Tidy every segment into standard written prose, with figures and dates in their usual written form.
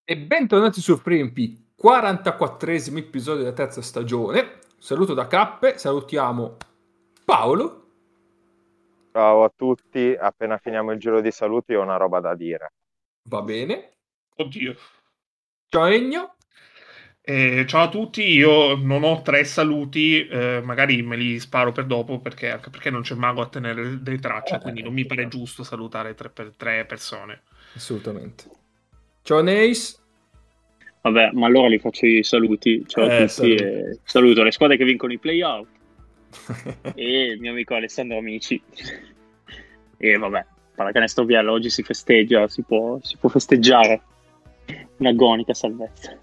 E bentornati su FreeMP, 44esimo episodio della terza stagione. Saluto da Cappe, salutiamo Paolo. Ciao a tutti, appena finiamo il giro di saluti ho una roba da dire. Va bene. Oddio. Ciao Ennio. Ciao a tutti, io non ho tre saluti, magari me li sparo per dopo anche perché non c'è mago a tenere le tracce, quindi non mi pare giusto salutare tre persone. Assolutamente. Ciao Neis. Vabbè, ma allora li faccio i saluti. Ciao a tutti Saluto. e saluto le squadre che vincono i playout e il mio amico Alessandro Amici. E vabbè, pallacanestro Biella, oggi si festeggia, si può festeggiare. Un'agonica salvezza.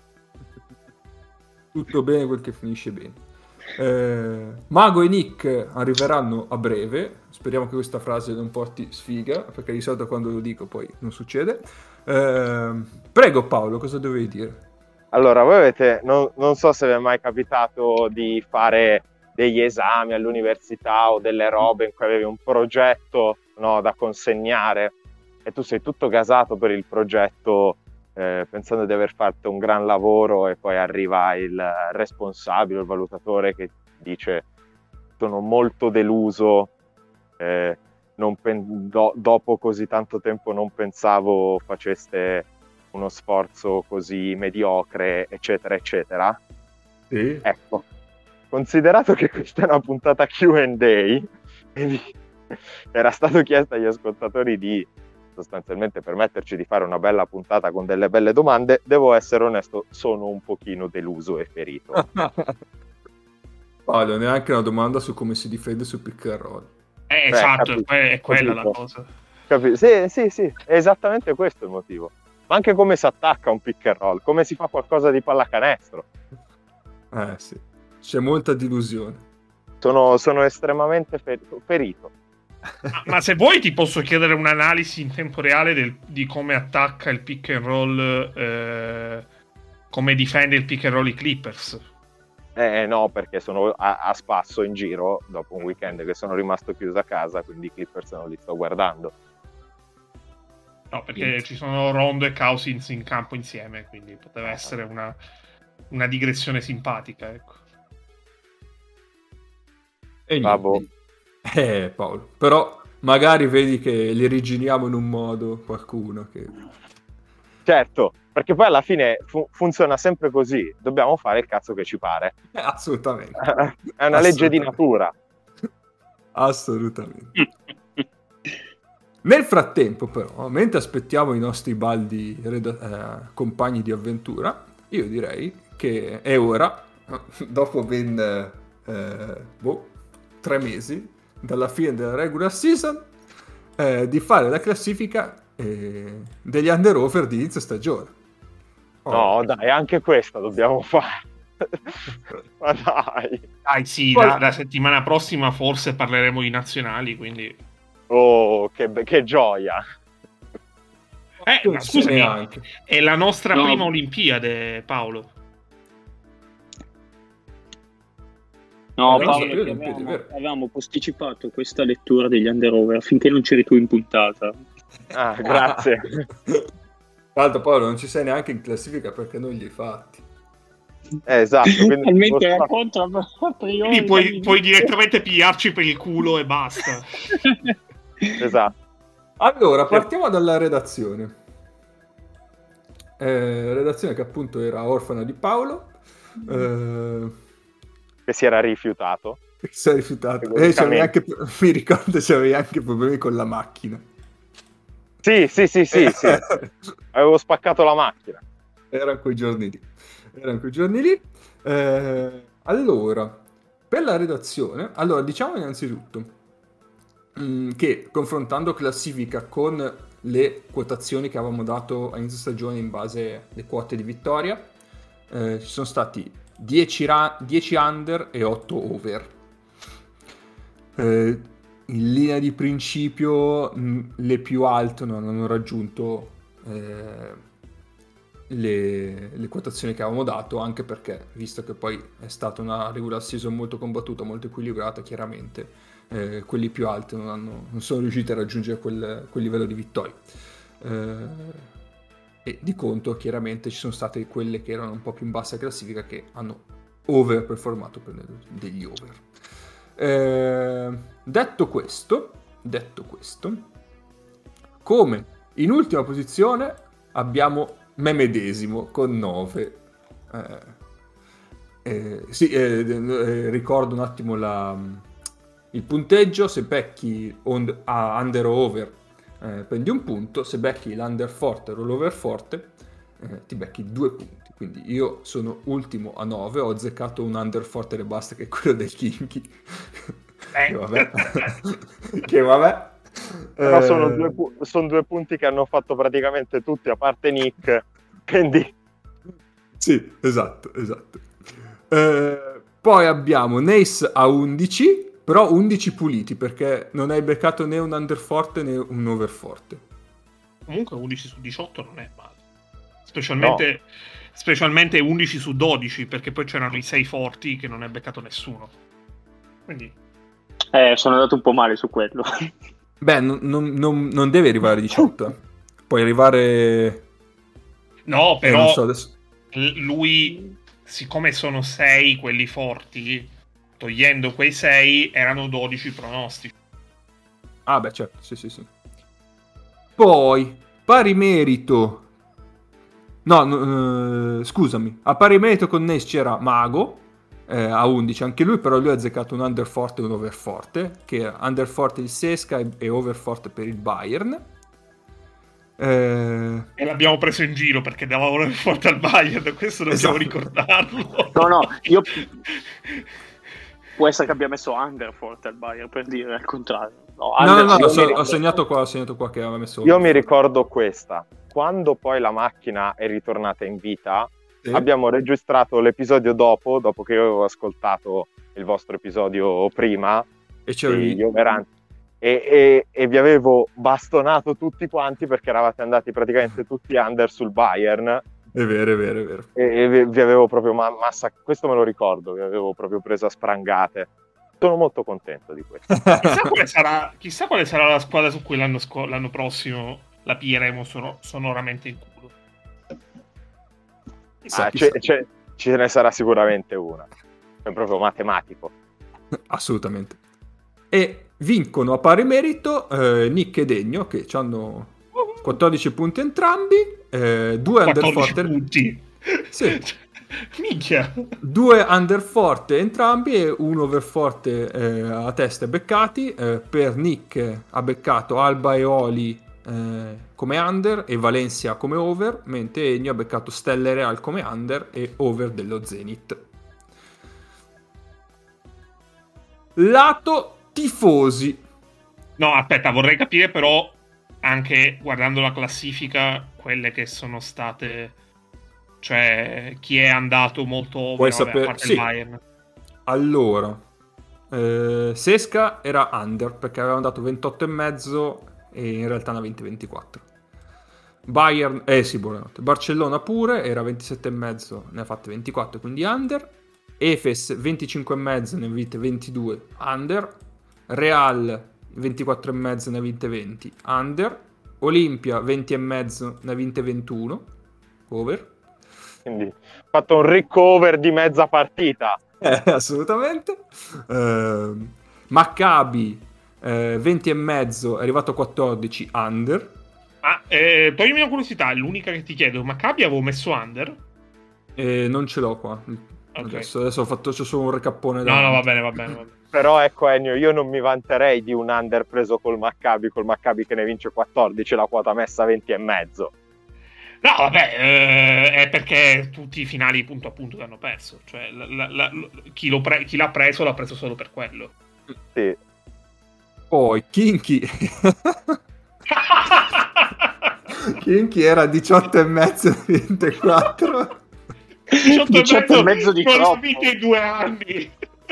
Tutto bene quel che finisce bene. Mago e Nick arriveranno a breve. Speriamo che questa frase non porti sfiga, perché di solito quando lo dico poi non succede. Prego Paolo, cosa dovevi dire? Allora, voi avete, non so se vi è mai capitato di fare degli esami all'università o delle robe in cui avevi un progetto, no, da consegnare e tu sei tutto gasato per il progetto, pensando di aver fatto un gran lavoro e poi arriva il responsabile, il valutatore che dice sono molto deluso, dopo così tanto tempo non pensavo faceste uno sforzo così mediocre, eccetera, eccetera. Sì. Ecco, considerato che questa è una puntata Q&A, era stato chiesto agli ascoltatori di sostanzialmente permetterci di fare una bella puntata con delle belle domande, devo essere onesto, sono un pochino deluso e ferito. Paolo, neanche una domanda su come si difende su pick and roll. Esatto, capito, è quella capito. la cosa. Sì, è esattamente questo il motivo. Ma anche come si attacca un pick and roll, come si fa qualcosa di pallacanestro. Sì, c'è molta delusione. Sono estremamente ferito. Ma se vuoi ti posso chiedere un'analisi in tempo reale di come attacca il pick and roll, come difende il pick and roll i Clippers. No, perché sono a spasso in giro dopo un weekend che sono rimasto chiuso a casa, quindi i Clippers non li sto guardando. No, perché ci sono Rondo e Cousins in campo insieme, quindi poteva essere una digressione simpatica, ecco. E niente. Paolo, però magari vedi che li riginiamo in un modo qualcuno che... Certo, perché poi alla fine funziona sempre così, dobbiamo fare il cazzo che ci pare. Assolutamente. È una legge di natura. Assolutamente. Nel frattempo però, mentre aspettiamo i nostri baldi compagni di avventura, io direi che è ora, dopo ben 3 mesi dalla fine della regular season, di fare la classifica degli under-over di inizio stagione. No, dai, anche questa dobbiamo fare. Ma dai. Dai, sì, la settimana prossima forse parleremo di nazionali, quindi... Oh, che gioia. Ma scusami, è la nostra prima Olimpiade, Paolo. No, Paolo, avevamo posticipato questa lettura degli under-over finché non c'eri tu in puntata. Ah, grazie. Tra l'altro Paolo non ci sei neanche in classifica perché non li hai fatti. Esatto. Quindi puoi direttamente pigliarci per il culo e basta. Esatto. Allora, partiamo dalla redazione. Redazione che appunto era orfana di Paolo. Che si era rifiutato. Si è rifiutato. Mi ricordo c'avevi anche problemi con la macchina. Sì. Avevo spaccato la macchina. Erano quei giorni lì. Allora, per la redazione, diciamo innanzitutto che confrontando classifica con le quotazioni che avevamo dato a inizio stagione in base alle quote di vittoria, ci sono stati 10 under e 8 over. In linea di principio le più alte non hanno raggiunto le quotazioni che avevamo dato, anche perché, visto che poi è stata una regular season molto combattuta, molto equilibrata, chiaramente quelli più alti non sono riusciti a raggiungere quel livello di vittoria. e di conto chiaramente ci sono state quelle che erano un po' più in bassa classifica che hanno overperformato per degli over. Detto questo, come in ultima posizione abbiamo me medesimo con 9. Ricordo un attimo il punteggio: se becchi under o over prendi un punto, se becchi l'under forte o l'over forte ti becchi 2 punti. Quindi io sono ultimo a 9, ho azzeccato un under forte e basta, che è quello del Kinky. che vabbè. Però sono 2 punti che hanno fatto praticamente tutti, a parte Nick, quindi... Sì, esatto. Poi abbiamo Nace a 11, però 11 puliti, perché non hai beccato né un under forte né un over forte. Comunque 11 su 18 non è male. Specialmente 11 su 12, perché poi c'erano i 6 forti che non è beccato nessuno. Quindi... sono andato un po' male su quello. Beh, non deve arrivare a 18. Puoi arrivare... No, però non so adesso. Lui, siccome sono 6 quelli forti, togliendo quei 6 erano 12 pronostici. Ah beh, certo, sì. Poi, pari merito... No, scusami. A pari merito con Nace c'era Mago, a 11 anche lui, però lui ha azzeccato un under forte e un over forte, che era under forte il Sesca e over forte per il Bayern. E l'abbiamo preso in giro perché dava over forte al Bayern, questo dobbiamo ricordarlo. No, io... Può essere che abbia messo under forte al Bayern, per dire al contrario. No, ho segnato qua che aveva messo... Io mi ricordo questa. Quando poi la macchina è ritornata in vita, abbiamo registrato l'episodio dopo che io avevo ascoltato il vostro episodio prima, e c'eri... gli over e vi avevo bastonato tutti quanti perché eravate andati praticamente tutti under sul Bayern. È vero. E vi avevo proprio massa, questo me lo ricordo, vi avevo proprio preso a sprangate. Sono molto contento di questo. Chissà quale sarà la squadra su cui l'anno prossimo la piglieremo sonoramente in culo. Chissà. Ce ne sarà sicuramente una. È proprio matematico. Assolutamente. E vincono a pari merito Nick e Degno, che hanno 14 punti entrambi, 2 under forte punti. Sì. Minchia. 2 under forte entrambi e un over forte a testa beccati. Per Nick ha beccato Alba e Oli come under e Valencia come over, mentre Ennio ha beccato Stelle Real come under e over dello Zenit. Lato tifosi. No, aspetta, vorrei capire però, anche guardando la classifica, quelle che sono state, cioè chi è andato molto over, a parte il Bayern. Allora, Sesca era under perché aveva dato 28,5 e in realtà ne ha 20-24. Bayern, buonanotte. Barcellona pure era 27,5, ne ha fatte 24, quindi under. Efes 25,5, ne ha vinte 22, under. Real 24,5, ne ha vinte 20, under. Olimpia 20,5, ne ha vinte 21, over. Quindi ho fatto un recover di mezza partita. Assolutamente. Maccabi 20,5, è arrivato a 14, under. Toglimi una curiosità, l'unica che ti chiedo, Maccabi avevo messo under? Non ce l'ho qua. Okay. Adesso ho fatto solo un recappone. No, va bene. Però ecco Ennio, io non mi vanterei di un under preso col Maccabi che ne vince 14, la quota messa 20,5. No, vabbè, è perché tutti i finali punto a punto che hanno perso. Cioè, chi l'ha preso l'ha preso solo per quello. Sì. Poi Kinky. Kinky era 18,5, 24. 18,5 di troppo. In 2 anni.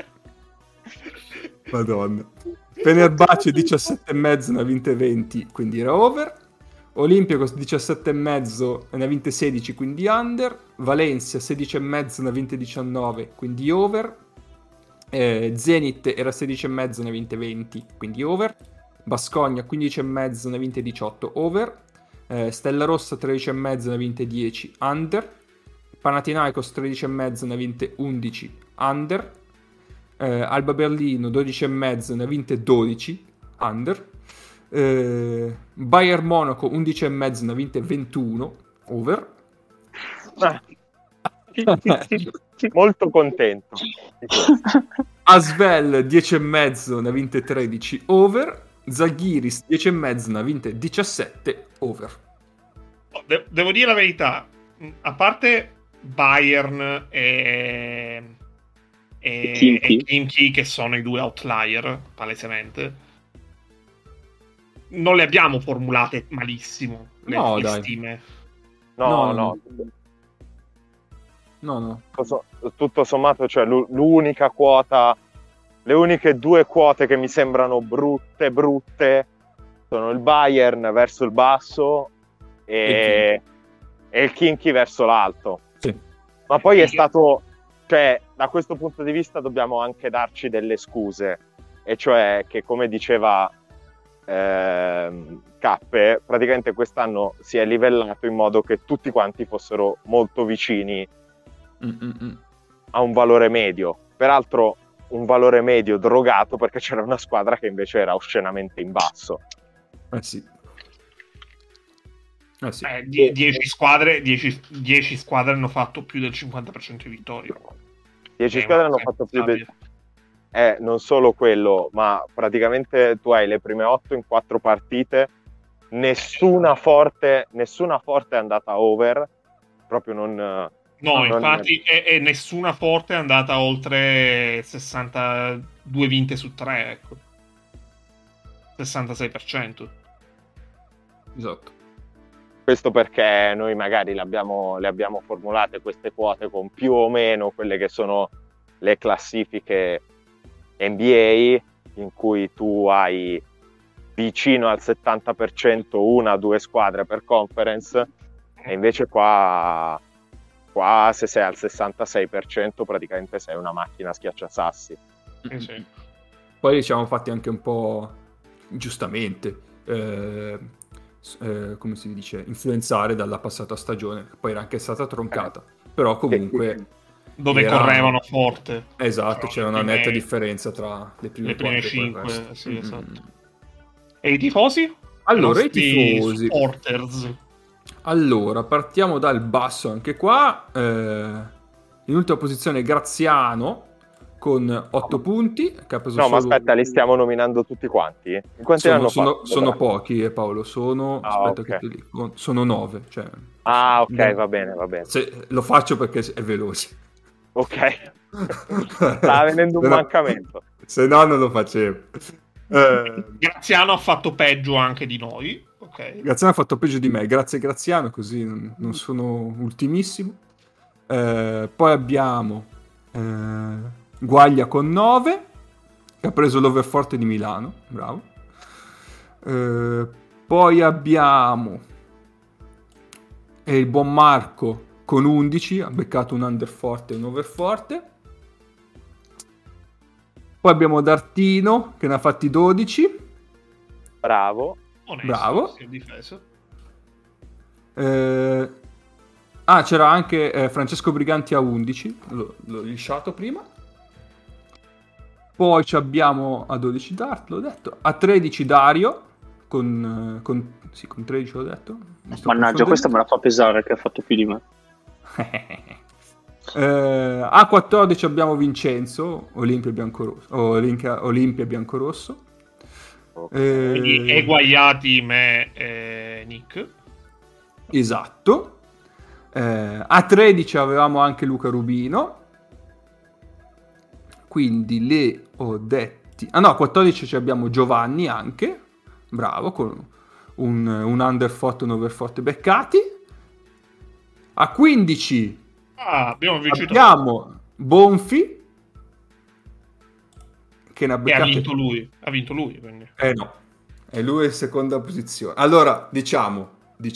Madonna. Fenerbahce 17,5, ne ha vinte 20, quindi era over. Olympiacos 17,5, ne ha vinte 16, quindi under. Valencia 16,5, ne ha vinte 19, quindi over. Zenit era 16,5, ne ha vinte 20, quindi over. Baskonia 15,5, ne ha vinte 18, over. Stella Rossa 13,5 ne ha vinte 10 under, Panathinaikos 13,5 ne ha vinte 11 under, Alba Berlino 12,5 ne ha vinte 12 under, Bayern Monaco 11,5 ne ha vinte 21 over. Molto contento. Asvel 10,5 ne ha vinte 13 over, Zaghiris 10,5 ne ha vinte 17 over. Devo dire la verità, a parte Bayern e Khimki, che sono i due outlier palesemente, non le abbiamo formulate malissimo le stime. No. No. Tutto sommato, cioè l'unica quota, le uniche due quote che mi sembrano brutte sono il Bayern verso il basso e il Khimki verso l'alto. Sì. Ma poi è stato, cioè, da questo punto di vista dobbiamo anche darci delle scuse, e cioè che, come diceva Cappe, praticamente quest'anno si è livellato in modo che tutti quanti fossero molto vicini a un valore medio, peraltro un valore medio drogato, perché c'era una squadra che invece era oscenamente in basso. Sì. 10 squadre hanno fatto più del 50% di vittorie. 10 squadre hanno fatto più del... non solo quello, ma praticamente tu hai le prime 8 in 4 partite, nessuna forte è andata over, proprio non... No, infatti, e nessuna forte è andata oltre 62 vinte su 3, ecco. 66%. Esatto. Questo perché noi magari le abbiamo formulate queste quote con più o meno quelle che sono le classifiche NBA, in cui tu hai vicino al 70% 1 o 2 squadre per conference, e invece qua se sei al 66% praticamente sei una macchina schiacciasassi. Sì. Poi diciamo fatti anche un po' giustamente come si dice, influenzare dalla passata stagione, che poi era anche stata troncata, però comunque dove correvano forte. Esatto, c'era una netta differenza tra le prime 5, sì, esatto. E i tifosi? Allora, i tifosi supporters. Allora, partiamo dal basso anche qua. In ultima posizione Graziano con 8 punti. Che ha preso ma aspetta, li stiamo nominando tutti quanti? In quanti sono pochi, Paolo. Sono 9. Cioè, ok, va bene. Lo faccio perché è veloce. Ok. Stava venendo un mancamento. Se no non lo facevo. Graziano ha fatto peggio anche di noi. Okay. Graziano ha fatto peggio di me, grazie Graziano, così non sono ultimissimo. Poi abbiamo Guaglia con 9, che ha preso l'overforte di Milano, bravo. Poi abbiamo il buon Marco con 11, ha beccato un underforte e un overforte. Poi abbiamo Dartino che ne ha fatti 12. Bravo. Onesto, bravo. Si è difeso. C'era anche Francesco Briganti a 11, l'ho lisciato prima. Poi abbiamo a 12 Dart, l'ho detto, a 13 Dario con 13 l'ho detto. Mannaggia, questa me la fa pesare che ha fatto più di me. A 14 abbiamo Vincenzo, Olimpia Biancorosso. Quindi eguagliati me e Nick. Esatto. A 13 avevamo anche Luca Rubino, quindi le ho detti. A 14 abbiamo Giovanni anche, bravo, con un underforte e un overforte beccati. A 15 abbiamo Bonfi, che ne ha beccate... ha vinto lui quindi. No, e lui è in seconda posizione. Allora diciamo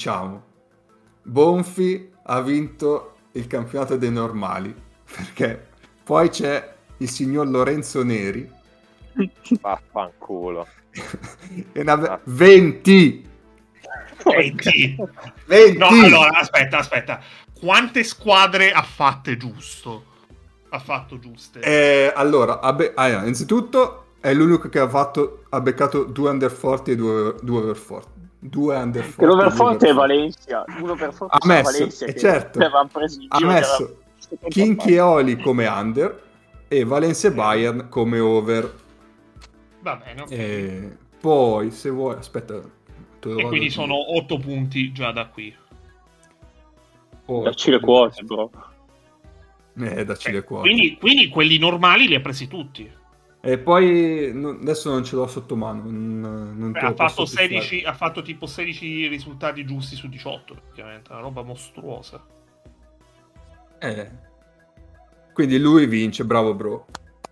Bonfi ha vinto il campionato dei normali, perché poi c'è il signor Lorenzo Neri, vaffanculo, e ne ha 20. 20. 20. No, allora, aspetta. Quante squadre ha fatte giusto? Ha fatto giuste? Allora, innanzitutto è l'unico che ha beccato 2 under 40 e 2 over 40. 2 under 40. Che l'overforte è Valencia, uno per forza ha messo, Valencia, che certo, avevamo preso in ha giro, messo Kinchioli come under e Valencia Bayern come over. Va bene, ok. Poi, se vuoi, aspetta. E quindi sono 8 punti già da qui. Dacci le quote, bro. Dacci le quote. Quindi quelli normali li ha presi tutti. E poi adesso non ce l'ho sotto mano. Non te Ha fatto 16, ha fatto tipo 16 risultati giusti su 18, praticamente, una roba mostruosa. Quindi lui vince, bravo bro.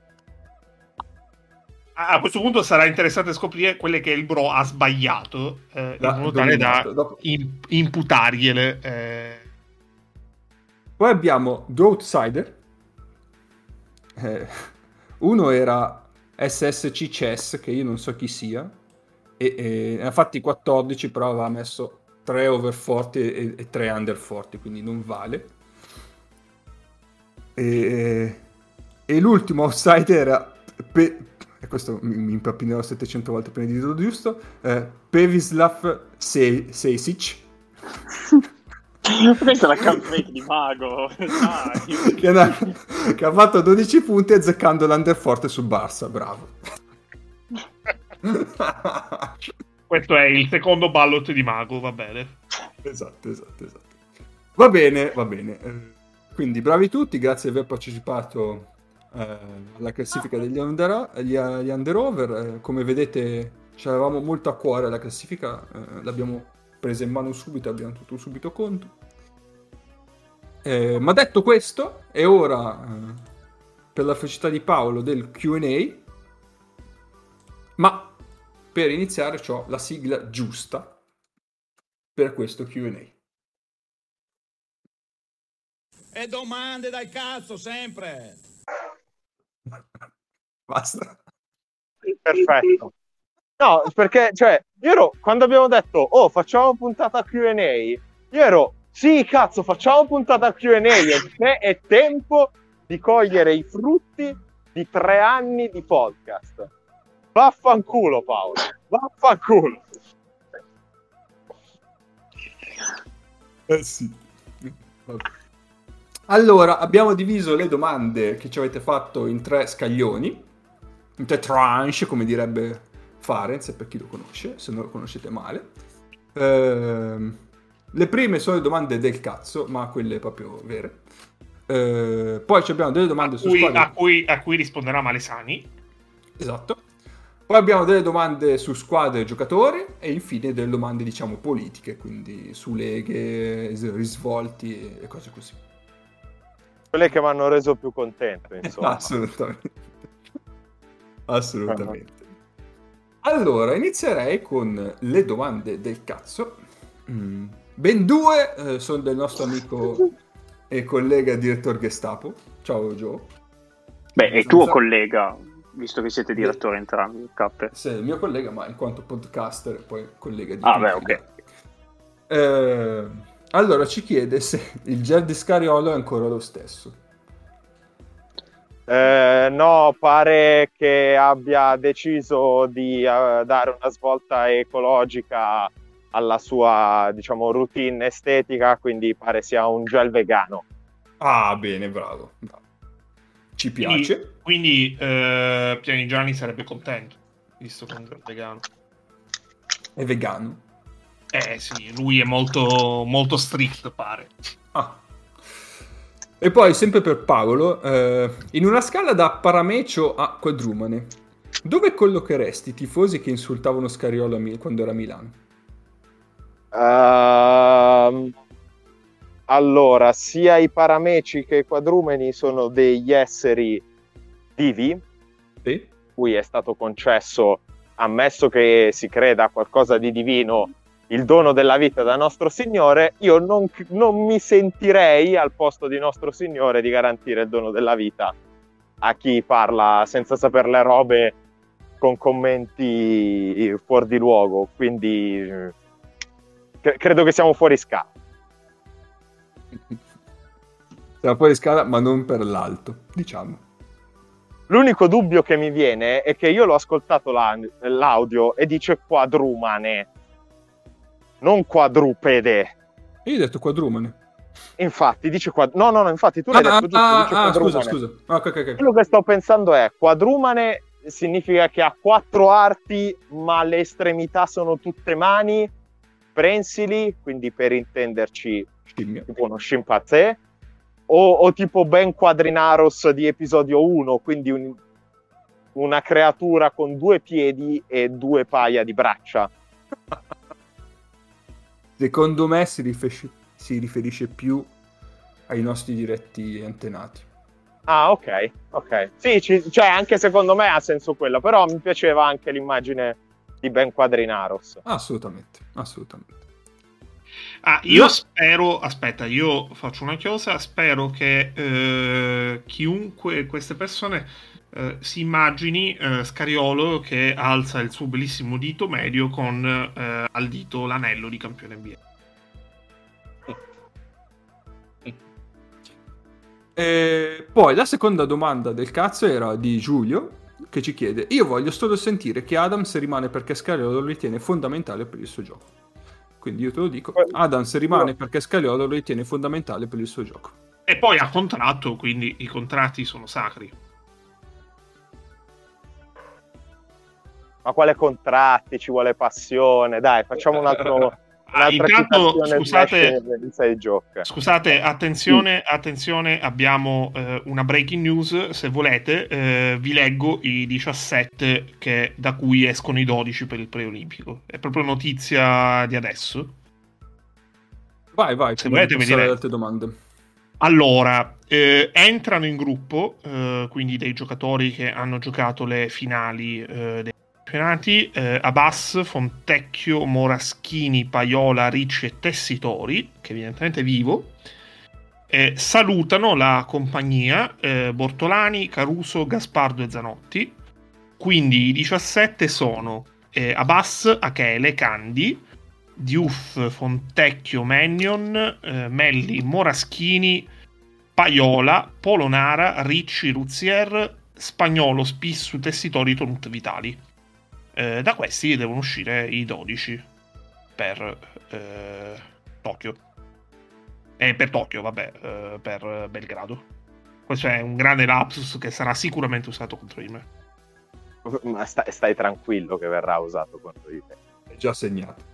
A questo punto sarà interessante scoprire quelle che il bro ha sbagliato, in modo tale da imputargliele. Poi abbiamo due outsider. Uno era SSC Chess, che io non so chi sia, e ne ha fatti 14, però aveva messo 3 over 40 e 3 under 40, quindi non vale. E l'ultimo outsider era e questo mi impappinerò 700 volte prima di dirlo giusto, Pevislav Sejsic. Questa è la campagna di Mago. che ha fatto 12 punti azzeccando l'underforte su Barça, bravo. Questo è il secondo ballot di Mago, va bene. Esatto. Va bene. Quindi bravi tutti, grazie di aver partecipato alla classifica degli under-over. Come vedete ci avevamo molto a cuore la classifica, l'abbiamo presa in mano subito, abbiamo tutto subito conto. Ma detto questo, è ora per la felicità di Paolo del Q&A, ma per iniziare c'ho la sigla giusta per questo Q&A. E domande dal cazzo sempre. Basta. Perfetto. No, perché, cioè, quando abbiamo detto, facciamo puntata Q&A, io ero, sì, cazzo, facciamo puntata Q&A, è tempo di cogliere i frutti di 3 anni di podcast. Vaffanculo, Paolo, vaffanculo. Sì. Vabbè. Allora, abbiamo diviso le domande che ci avete fatto in 3 scaglioni, in 3 tranche, come direbbe Farenz, per chi lo conosce, se non lo conoscete male. Le prime sono le domande del cazzo, ma quelle proprio vere. Poi abbiamo delle domande a cui risponderà Malesani. Esatto. Poi abbiamo delle domande su squadre e giocatori e infine delle domande, diciamo, politiche, quindi su leghe, risvolti e cose così. Quelle che mi hanno reso più contento, insomma. Assolutamente. Allora, inizierei con le domande del cazzo. Ben 2 sono del nostro amico e collega direttore Gestapo. Ciao Joe. Beh, è tuo collega, visto che siete direttori entrambi. Cappe. Sì, il mio collega, ma in quanto podcaster poi collega di ok. Allora ci chiede se il gel di Scariolo è ancora lo stesso. No, pare che abbia deciso di dare una svolta ecologica alla sua, diciamo, routine estetica, quindi pare sia un gel vegano. Ah, bene, bravo. Ci piace. Quindi Pianigiani sarebbe contento, visto che è un gel vegano. È vegano? Sì, lui è molto, molto strict, pare. E poi, sempre per Paolo, in una scala da Paramecio a Quadrumane, dove collocheresti i tifosi che insultavano Scariolo quando era a Milano? Allora, sia i Parameci che i Quadrumeni sono degli esseri vivi, sì, cui è stato concesso, ammesso che si creda a qualcosa di divino, il dono della vita da nostro Signore. Io non mi sentirei al posto di nostro Signore di garantire il dono della vita a chi parla senza sapere le robe, con commenti fuori di luogo, quindi credo che siamo fuori scala. Siamo fuori scala, ma non per l'alto, diciamo. L'unico dubbio che mi viene è che io l'ho ascoltato l'audio e dice quadrumane, non quadrupede. Io ho detto quadrumane. Infatti, dice no, infatti tu l'hai detto giusto, dice quadrumane. Scusa. Ok. Quello che sto pensando è, quadrumane significa che ha 4 arti, ma le estremità sono tutte mani, prensili, quindi per intenderci Scimmia. tipo uno scimpanzé, o tipo Ben Quadrinaros di episodio 1, quindi una creatura con 2 piedi e 2 paia di braccia. Secondo me si riferisce più ai nostri diretti antenati. Ah, ok. Sì, cioè anche secondo me ha senso quello, però mi piaceva anche l'immagine di Ben Quadrinaros. Assolutamente. Io spero, aspetta, io faccio una chiosa, spero che chiunque queste persone si immagini Scariolo che alza il suo bellissimo dito medio con al dito l'anello di campione NBA. Poi la seconda domanda del cazzo era di Giulio, che ci chiede: io voglio solo sentire che Adams rimane perché Scariolo lo ritiene fondamentale per il suo gioco. Quindi io te lo dico, Adams rimane perché Scariolo lo ritiene fondamentale per il suo gioco. E poi ha contratto, quindi i contratti sono sacri. Ma quale contratti? Ci vuole passione. Dai, facciamo un'altra intanto, scusate, attenzione, abbiamo una breaking news, se volete, vi leggo i 17 da cui escono i 12 per il preolimpico. È proprio notizia di adesso. Vai, se volete me le altre domande. Allora, entrano in gruppo, quindi dei giocatori che hanno giocato le finali dei campionati, Abbas, Fontecchio, Moraschini, Paiola, Ricci e Tessitori, che evidentemente è vivo, salutano la compagnia, Bortolani, Caruso, Gaspardo e Zanotti. Quindi i 17 sono Abbas, Achele, Candi, Diouf, Fontecchio, Mannion, Melli, Moraschini, Paiola, Polonara, Ricci, Ruzier, Spagnolo, Spissu, Tessitori, Tonut, Vitali. Da questi devono uscire i 12 per Tokyo. Per Tokyo, per Belgrado. Questo è un grande lapsus che sarà sicuramente usato contro di me. Ma stai tranquillo che verrà usato contro di te. È già segnato.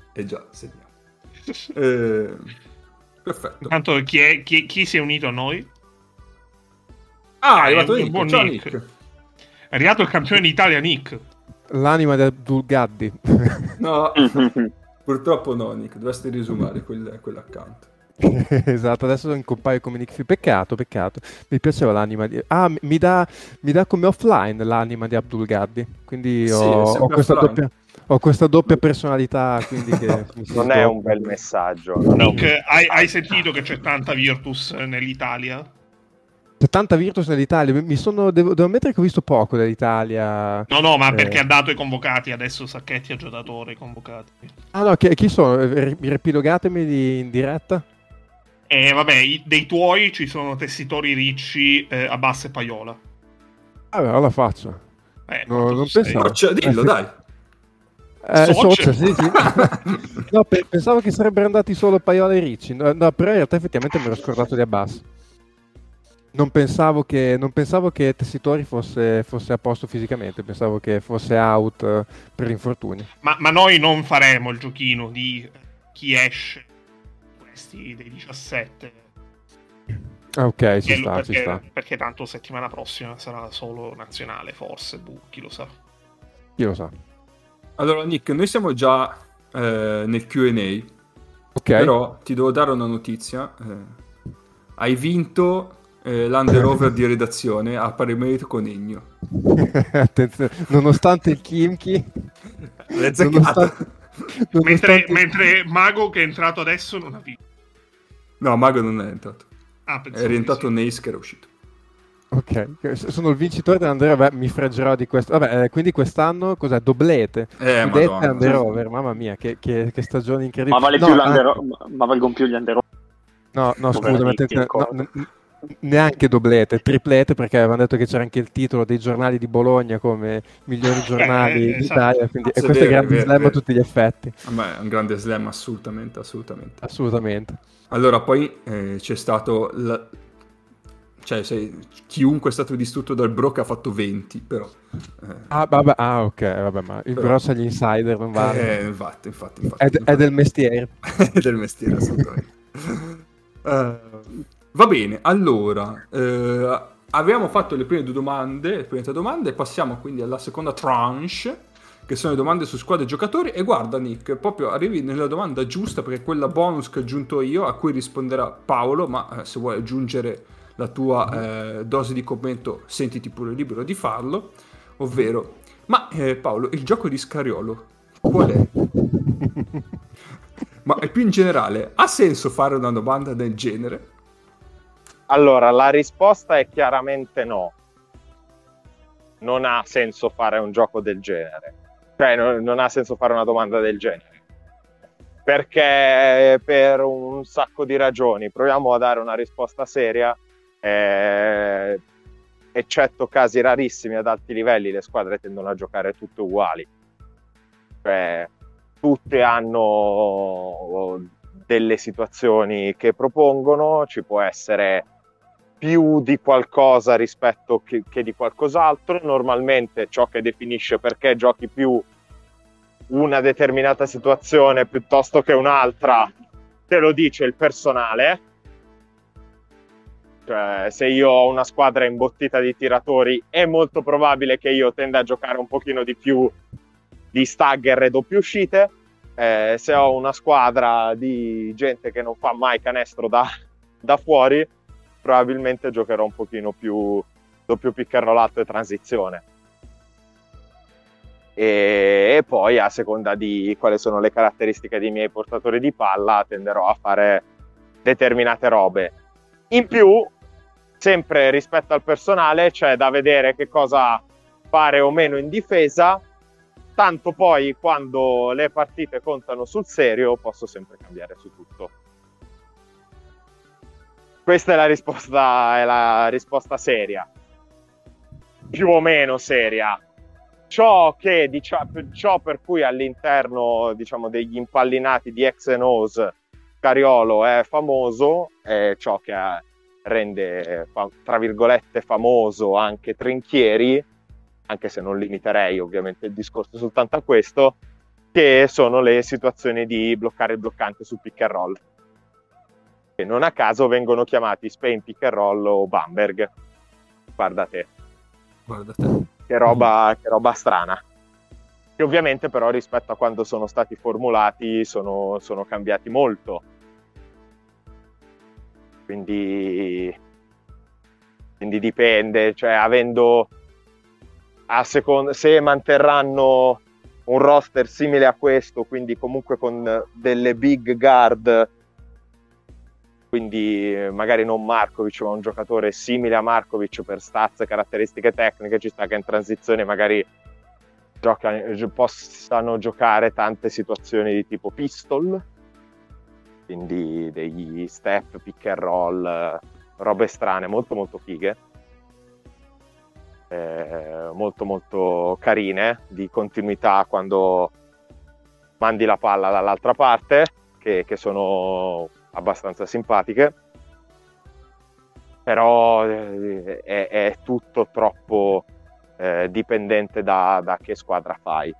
Perfetto. Tanto chi si è unito a noi? È arrivato Nick. Ciao Nick. È arrivato il campione d'Italia Nick. L'anima di Abdul Gaddi. No, purtroppo no, Nick, dovresti risumare quell'account. Esatto, adesso non compare come Nick. Peccato. Mi piaceva l'anima di... mi dà come offline l'anima di Abdul Gaddi. Quindi ho questa doppia personalità, quindi che non è un bel messaggio. Nick, hai sentito che c'è tanta Virtus nell'Italia? C'è tanta Virtus nell'Italia. Devo ammettere che ho visto poco dell'Italia. No, ma perché ha dato i convocati. Adesso Sacchetti ha già dato ora i convocati. Ah no, chi sono? Riepilogatemi in diretta. Dei tuoi ci sono Tessitori, Ricci, Abbas e Paiola. Allora la faccio. Non pensavo. Dillo, dai. Socia, sì. No, pensavo che sarebbero andati solo Paiola e Ricci. No, però in realtà effettivamente mi ero scordato di Abbas. Non pensavo che Tessitori fosse a posto fisicamente, pensavo che fosse out per l'infortunio. Ma noi non faremo il giochino di chi esce questi dei 17. Ok, ci sta. Perché tanto settimana prossima sarà solo nazionale, forse, chi lo sa. Chi lo sa. Allora Nick, noi siamo già nel Q&A, ok. Però ti devo dare una notizia. Hai vinto l'Under-Over di redazione a pari merito con Ennio. Attenzione, nonostante il Kimchi, mentre Mago che è entrato adesso non ha vinto. No, Mago non è entrato. È rientrato Nace che era uscito. Ok, sono il vincitore dell'Under Over, mi freggerò di questo. Vabbè, quindi quest'anno cos'è? Doblete. Scudetto e Under Over, mamma mia, che stagione incredibile. Ma vale più ma valgono più gli Under Over? No, scusa, neanche doblete, triplete, perché avevano detto che c'era anche il titolo dei giornali di Bologna come migliori giornali d'Italia, quindi, e questo è grande slam a tutti gli effetti. Beh, è un grande slam, assolutamente. Allora, poi c'è stato chiunque è stato distrutto dal Brock ha fatto 20, però. Ok, ma il grosso agli insider non vale. Infatti. È del mestiere. È del mestiere, assolutamente. Va bene, allora, abbiamo fatto le prime 3 domande, passiamo quindi alla seconda tranche, che sono le domande su squadre e giocatori. E guarda Nick, proprio arrivi nella domanda giusta, perché è quella bonus che ho aggiunto io, a cui risponderà Paolo, ma se vuoi aggiungere la tua dose di commento, sentiti pure libero di farlo, ovvero, ma Paolo, il gioco di Scariolo qual è? Ma più in generale, ha senso fare una domanda del genere? Allora, la risposta è chiaramente no. Non ha senso fare un gioco del genere. Cioè, non ha senso fare una domanda del genere. Perché per un sacco di ragioni. Proviamo a dare una risposta seria. Eccetto casi rarissimi ad alti livelli, le squadre tendono a giocare tutte uguali. Cioè, tutte hanno delle situazioni che propongono, ci può essere più di qualcosa rispetto che di qualcos'altro. Normalmente ciò che definisce perché giochi più una determinata situazione piuttosto che un'altra te lo dice il personale. Cioè, se io ho una squadra imbottita di tiratori, è molto probabile che io tenda a giocare un pochino di più di stagger e doppie uscite. Se ho una squadra di gente che non fa mai canestro da fuori, probabilmente giocherò un pochino più doppio pick and roll alto e transizione. E poi, a seconda di quali sono le caratteristiche dei miei portatori di palla, tenderò a fare determinate robe. In più, sempre rispetto al personale, c'è da vedere che cosa fare o meno in difesa. Tanto poi, quando le partite contano sul serio, posso sempre cambiare su tutto. Questa è la risposta seria, più o meno seria. Ciò per cui all'interno, diciamo, degli impallinati di X and O's Scariolo è famoso, è ciò che rende, tra virgolette, famoso anche Trinchieri, anche se non limiterei ovviamente il discorso soltanto a questo, che sono le situazioni di bloccare il bloccante sul pick and roll, che non a caso vengono chiamati Spain pick and roll o Bamberg. Guarda te. Che roba strana. Che ovviamente però rispetto a quando sono stati formulati sono cambiati molto. Quindi dipende, cioè avendo se manterranno un roster simile a questo, quindi comunque con delle big guard, quindi magari non Markovic ma un giocatore simile a Markovic per stats e caratteristiche tecniche, ci sta che in transizione magari possano giocare tante situazioni di tipo pistol, quindi degli step, pick and roll, robe strane, molto molto fighe, molto molto carine, di continuità quando mandi la palla dall'altra parte, che sono abbastanza simpatiche, però è tutto troppo dipendente da che squadra fai.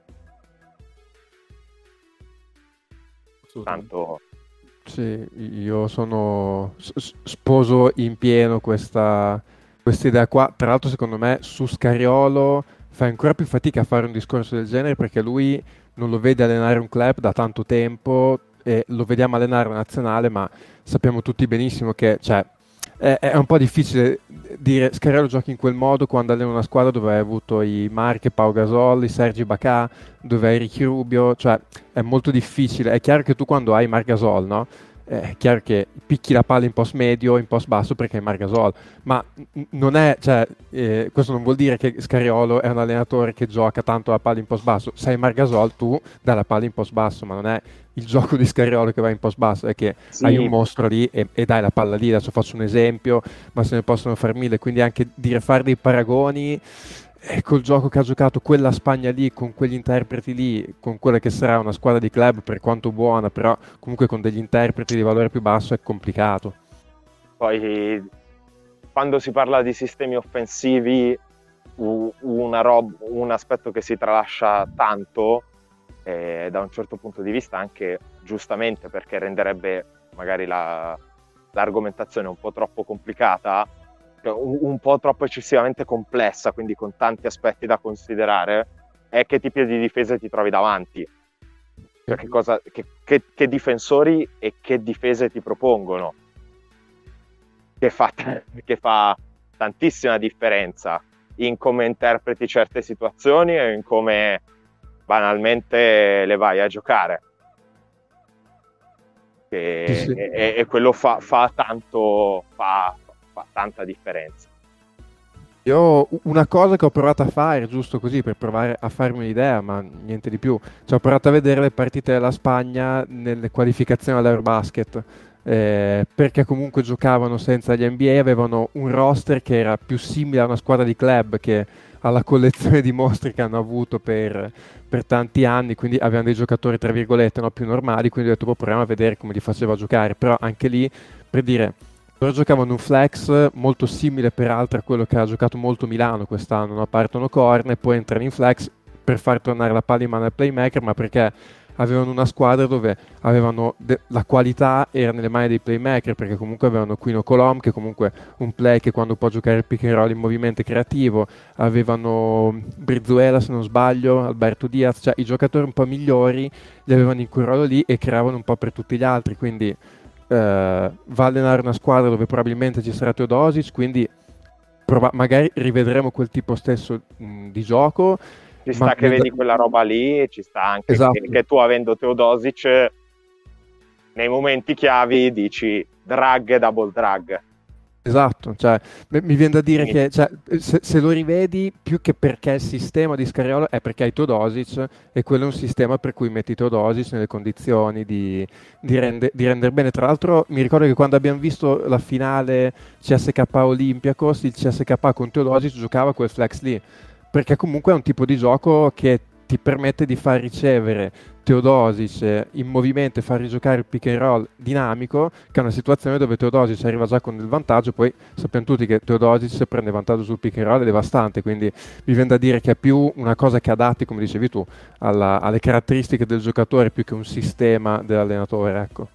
Tanto sì, io sposo in pieno questa idea qua. Tra l'altro, secondo me su Scariolo fa ancora più fatica a fare un discorso del genere, perché lui non lo vede allenare un club da tanto tempo e lo vediamo allenare una nazionale, ma sappiamo tutti benissimo che, cioè, è un po' difficile dire Scariolo giochi in quel modo quando allena una squadra dove hai avuto i Marche, Pau Gasol, i Sergi Bacà, dove hai Ricky Rubio, cioè è molto difficile. È chiaro che tu quando hai Marc Gasol, no? è chiaro che picchi la palla in post medio, in post basso perché è Margasol, ma non è, cioè, questo non vuol dire che Scariolo è un allenatore che gioca tanto la palla in post basso. Sei Margasol, tu dai la palla in post basso, ma non è il gioco di Scariolo che va in post basso, è che hai un mostro lì e dai la palla lì. Adesso faccio un esempio, ma se ne possono far mille, quindi anche fare dei paragoni col gioco che ha giocato quella Spagna lì, con quegli interpreti lì, con quella che sarà una squadra di club per quanto buona, però comunque con degli interpreti di valore più basso è complicato. Poi quando si parla di sistemi offensivi, un aspetto che si tralascia tanto, da un certo punto di vista anche giustamente, perché renderebbe magari l'argomentazione un po' troppo complicata, un po' troppo eccessivamente complessa, quindi con tanti aspetti da considerare, è che tipi di difese ti trovi davanti, cioè che difensori e che difese ti propongono, che fa tantissima differenza in come interpreti certe situazioni e in come banalmente le vai a giocare, e quello fa tanta differenza. Io una cosa che ho provato a fare, giusto così, per provare a farmi un'idea, ma niente di più, cioè ho provato a vedere le partite della Spagna nelle qualificazioni all'Eurobasket, perché comunque giocavano senza gli NBA, avevano un roster che era più simile a una squadra di club che alla collezione di mostri che hanno avuto per tanti anni, quindi avevano dei giocatori tra virgolette più normali, quindi ho detto proviamo a vedere come li faceva giocare, però anche lì, per dire, loro giocavano un flex molto simile peraltro a quello che ha giocato molto Milano quest'anno, no? Partono corner e poi entrano in flex per far tornare la palla in mano al playmaker, ma perché avevano una squadra dove avevano la qualità era nelle mani dei playmaker, perché comunque avevano Quino Colom, che comunque un play che quando può giocare il pick and roll in movimento è creativo, avevano Brizuela se non sbaglio, Alberto Diaz, cioè i giocatori un po' migliori li avevano in quel ruolo lì e creavano un po' per tutti gli altri, quindi va a allenare una squadra dove probabilmente ci sarà Teodosic, quindi magari rivedremo quel tipo stesso di gioco. Ci sta che vedi quella roba lì, e ci sta anche esatto. che tu avendo Teodosic nei momenti chiavi dici drag e double drag. Esatto, cioè mi viene da dire che cioè, se lo rivedi, più che perché il sistema di Scariolo è perché hai Teodosic e quello è un sistema per cui metti Teodosic nelle condizioni di rendere bene. Tra l'altro mi ricordo che quando abbiamo visto la finale CSK Olympiacos, il CSK con Teodosic giocava quel flex lì, perché comunque è un tipo di gioco che ti permette di far ricevere Teodosic in movimento e far rigiocare il pick and roll dinamico, che è una situazione dove Teodosic arriva già con il vantaggio, poi sappiamo tutti che Teodosic prende vantaggio sul pick and roll è devastante, quindi mi viene da dire che è più una cosa che adatti, come dicevi tu, alle caratteristiche del giocatore più che un sistema dell'allenatore, ecco.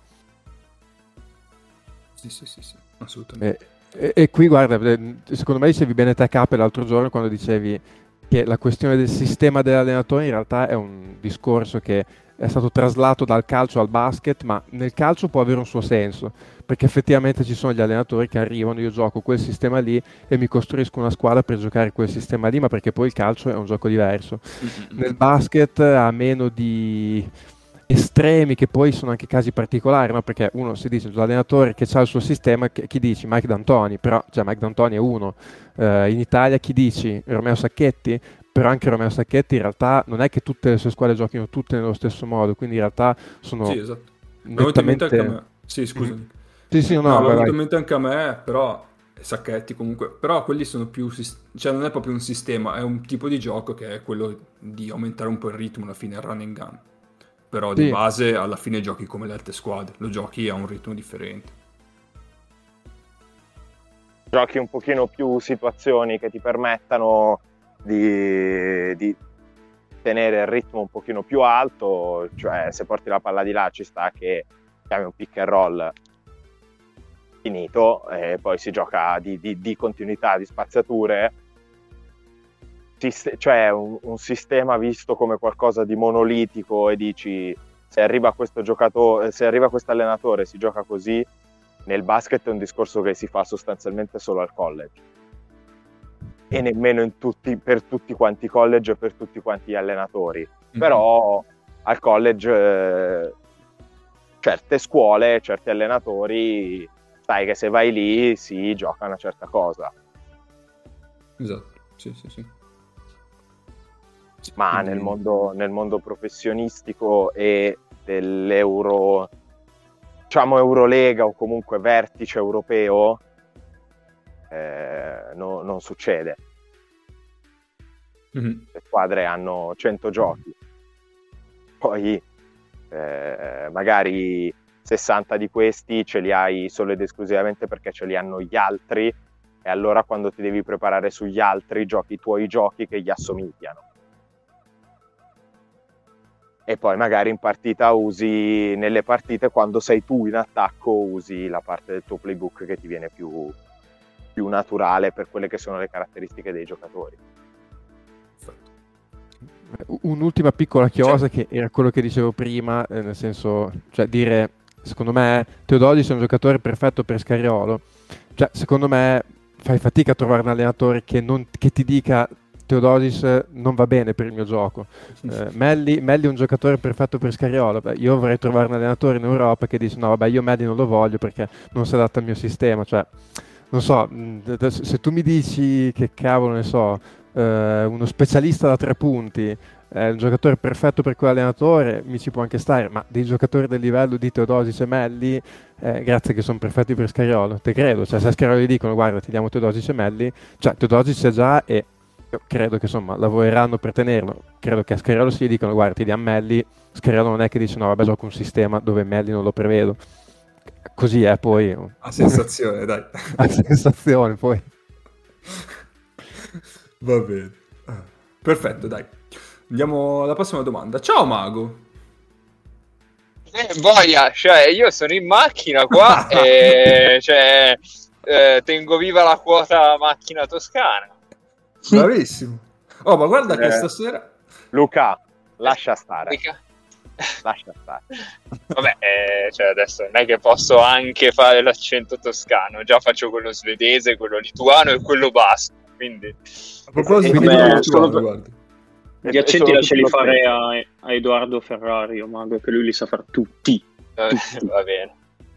Sì, assolutamente. E qui guarda, secondo me dicevi bene te Cape l'altro giorno quando dicevi che la questione del sistema dell'allenatore in realtà è un discorso che è stato traslato dal calcio al basket, ma nel calcio può avere un suo senso, perché effettivamente ci sono gli allenatori che arrivano, io gioco quel sistema lì e mi costruisco una squadra per giocare quel sistema lì, ma perché poi il calcio è un gioco diverso. Nel basket ha meno di estremi, che poi sono anche casi particolari, no? Perché uno si dice l'allenatore che ha il suo sistema, chi dici? Mike D'Antoni, però cioè, Mike D'Antoni è uno. In Italia chi dici? Romeo Sacchetti? Però anche Romeo Sacchetti in realtà non è che tutte le sue squadre giochino tutte nello stesso modo, quindi in realtà sono sì, esatto. nettamente... Anche a me. Sì, scusami. Sì, no, in mente anche a me, però Sacchetti comunque, però quelli sono più, cioè non è proprio un sistema, è un tipo di gioco che è quello di aumentare un po' il ritmo alla fine, il run and gun. Però di base alla fine giochi come le altre squadre, lo giochi a un ritmo differente. Giochi un pochino più situazioni che ti permettano di tenere il ritmo un pochino più alto, cioè se porti la palla di là ci sta che chiami un pick and roll finito e poi si gioca di continuità, di spaziature, cioè un sistema visto come qualcosa di monolitico e dici se arriva questo giocatore, se arriva questo allenatore si gioca così. Nel basket è un discorso che si fa sostanzialmente solo al college e nemmeno per tutti quanti i college e per tutti quanti gli allenatori. Però al college certe scuole, certi allenatori, sai che se vai lì si gioca una certa cosa. Esatto, sì. Ma nel mondo professionistico e dell'Euro, diciamo Eurolega o comunque vertice europeo, non succede. Le squadre hanno 100 giochi, poi magari 60 di questi ce li hai solo ed esclusivamente perché ce li hanno gli altri, e allora quando ti devi preparare sugli altri giochi i tuoi giochi che gli assomigliano, e poi magari in partita usi, nelle partite quando sei tu in attacco, usi la parte del tuo playbook che ti viene più naturale per quelle che sono le caratteristiche dei giocatori. Un'ultima piccola chiosa, che era quello che dicevo prima, nel senso, cioè dire, secondo me Teodosic è un giocatore perfetto per Scariolo, cioè secondo me fai fatica a trovare un allenatore che ti dica Teodosic non va bene per il mio gioco. Melli è un giocatore perfetto per Scariolo. Beh, io vorrei trovare un allenatore in Europa che dice no vabbè, io Melli non lo voglio perché non si adatta al mio sistema, cioè non so, se tu mi dici che cavolo ne so, uno specialista da 3 punti è un giocatore perfetto per quell'allenatore, mi ci può anche stare, ma dei giocatori del livello di Teodosic e Melli, grazie che sono perfetti per Scariolo, te credo, cioè se a Scariolo gli dicono guarda ti diamo Teodosic e Melli, cioè Teodosic c'è già e io credo che insomma lavoreranno per tenerlo. Credo che a Scariolo si dicono guarda ti diamo Melli, Scariolo non è che dice no vabbè gioco un sistema dove Melli non lo prevedo, così è poi a sensazione dai. A sensazione poi va bene, perfetto, dai, andiamo alla prossima domanda. Ciao Mago. Boia, cioè io sono in macchina qua e cioè, tengo viva la quota macchina toscana. Bravissimo. Oh, ma guarda che stasera Luca, lascia stare. Lascia stare. Vabbè, cioè adesso non è che posso anche fare l'accento toscano, già faccio quello svedese, quello lituano e quello basco, quindi a proposito guarda. Gli accenti lasciali fare a Edoardo Ferrari, Mago, che lui li sa fare tutti. Va bene.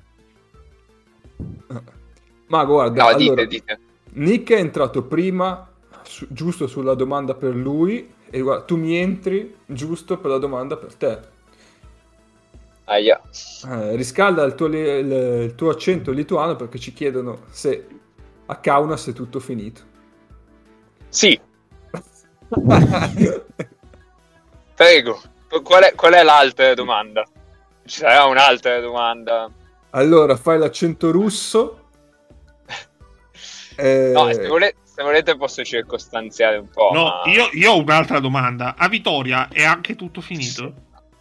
Mago, guarda, no, allora, dite. Nick è entrato prima giusto sulla domanda per lui e guarda, tu mi entri giusto per la domanda per te. Riscalda il tuo accento lituano, perché ci chiedono se a Kaunas è tutto finito. Sì. Prego, qual è l'altra domanda? Ci sarà un'altra domanda? Allora, fai l'accento russo. No, se volete posso circostanziare un po'. No, ma... io ho un'altra domanda. A Vitoria è anche tutto finito?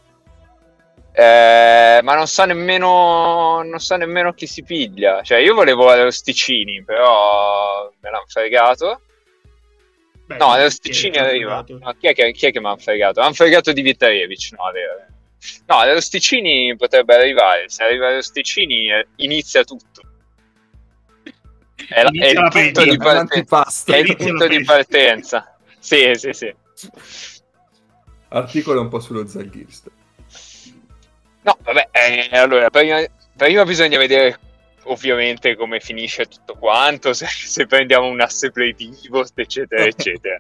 Ma non so nemmeno chi si piglia. Cioè, io volevo Arosticini, però me l'hanno fregato. Beh, no, Arosticini arriva. No, chi è che mi hanno fregato? Mi hanno fregato di Vitarievic. No, Arosticini potrebbe arrivare. Se arriva Arosticini inizia tutto. È il punto di partenza. È il punto di partenza. Sì. Articolo un po' sullo Zalgiris. No, vabbè, allora, prima bisogna vedere ovviamente come finisce tutto quanto, se prendiamo un asse play pivot, eccetera, eccetera.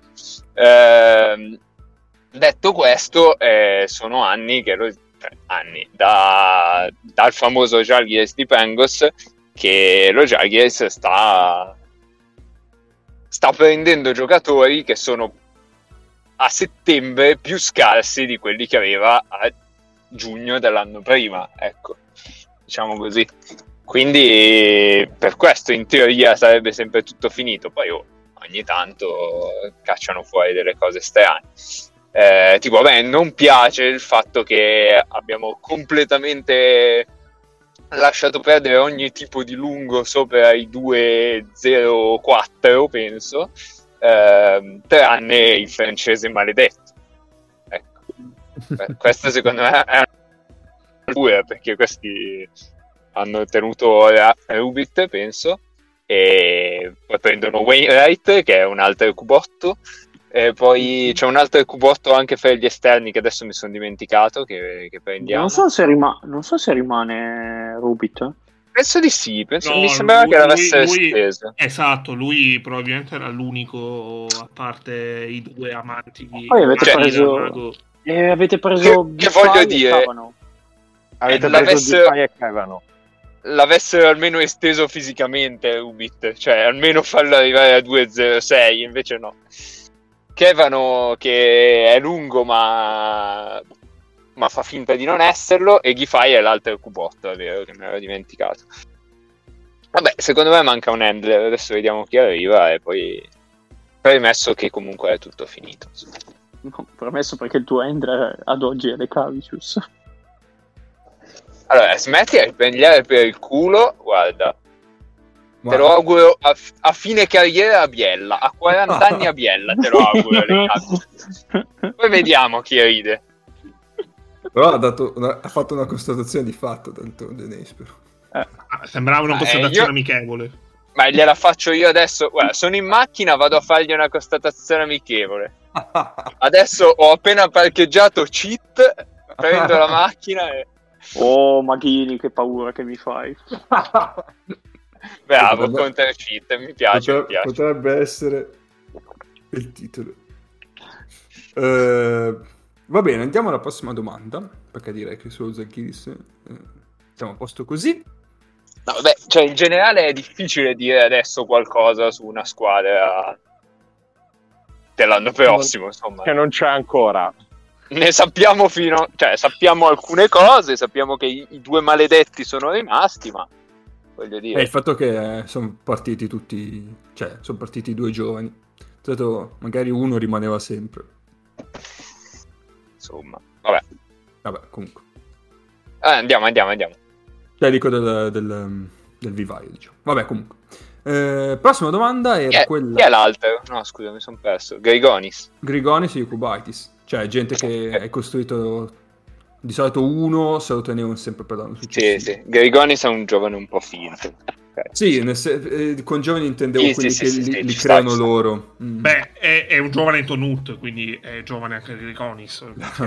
Detto questo, sono anni dal famoso Žalgiris di Pengos, che lo Žalgiris sta prendendo giocatori che sono a settembre più scarsi di quelli che aveva a giugno dell'anno prima, ecco, diciamo così. Quindi per questo in teoria sarebbe sempre tutto finito, poi ogni tanto cacciano fuori delle cose strane. Tipo, a me non piace il fatto che abbiamo completamente lasciato perdere ogni tipo di lungo sopra i 2,04, penso, tranne il francese maledetto. Ecco. Questo secondo me è una pura, perché questi hanno tenuto Rubit, penso, e poi prendono Wainwright, che è un altro cubotto, E poi c'è un altro cubotto anche per gli esterni che adesso mi sono dimenticato che prendiamo. Non so se rimane Rubit. Penso di sì, No, mi sembrava che l'avesse lui- steso. Esatto, lui probabilmente era l'unico, a parte i due amanti di Poi avete Marina, preso- Mago. Avete preso Che voglio Bifai e dire- Cavano. Avete l'avesse- preso Difai e Kevano. L'avessero almeno esteso fisicamente Rubit, cioè almeno farlo arrivare a 2.06, invece no. Kevano che è lungo ma fa finta di non esserlo, e Giffai è l'altro cubotto, è vero, che mi ero dimenticato. Vabbè, secondo me manca un handler, adesso vediamo chi arriva e poi premesso che comunque è tutto finito. No, premesso perché il tuo handler ad oggi è Le Cavicius. Allora, smetti di prendere per il culo, guarda. Te lo auguro a fine carriera a Biella, a 40 anni a Biella te lo auguro. Le cazzo. Poi vediamo chi ride. Però ha fatto una constatazione di fatto d'altronde Nespero. Sembrava una constatazione io- amichevole. Ma gliela faccio io adesso. Guarda, sono in macchina, vado a fargli una constatazione amichevole. Adesso ho appena parcheggiato cheat, prendo la macchina e... Oh, Maghini, che paura che mi fai. Bravo, counter cheat, mi piace, mi piace. Potrebbe essere il titolo. Va bene, andiamo alla prossima domanda, perché direi che solo Zanchiris siamo a posto così. No, vabbè, cioè in generale è difficile dire adesso qualcosa su una squadra dell'anno prossimo, insomma. Che non c'è ancora. Ne sappiamo sappiamo alcune cose, sappiamo che i due maledetti sono rimasti, ma voglio dire... Il fatto che sono partiti tutti, cioè sono partiti due giovani, stato magari uno rimaneva sempre. Insomma, vabbè, comunque. Andiamo. Cioè dico del vivaio, diciamo. Vabbè, comunque. Prossima domanda era quella... Chi è l'altro? No, scusa, mi sono perso. Grigonis e Jokubaitis. Cioè gente che hai costruito di solito uno, se lo tenevano sempre per l'anno successivo. Sì. Grigonis è un giovane un po' finto. Okay. Sì, con giovani intendevo quelli che li creano sta. loro. Beh, è un giovane Tonut, quindi è giovane anche Grigonis.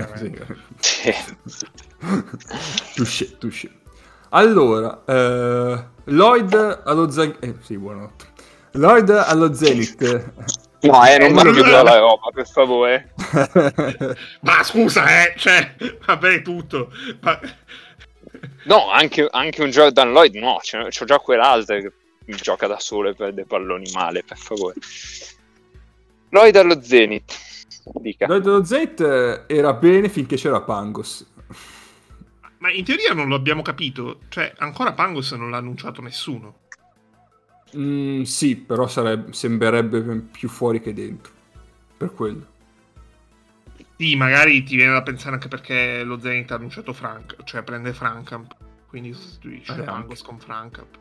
Touché. Allora, Lloyd allo buonanotte. Lloyd allo Zenith. No, non mandi più la roba, per favore. Ma scusa, cioè, vabbè, tutto. Ma... No, anche un Jordan Lloyd, no, c'ho già quell'altro che gioca da solo e perde palloni male, per favore. Lloyd allo Zenith, dica. Lloyd allo Zenith era bene finché c'era Pangos. Ma in teoria non lo abbiamo capito, cioè ancora Pangos non l'ha annunciato nessuno. Sì, però sembrerebbe più fuori che dentro, per quello. Sì, magari ti viene da pensare anche perché lo Zenith ha annunciato Frank, cioè prende Frankamp, quindi sostituisce Pangos con Frankamp.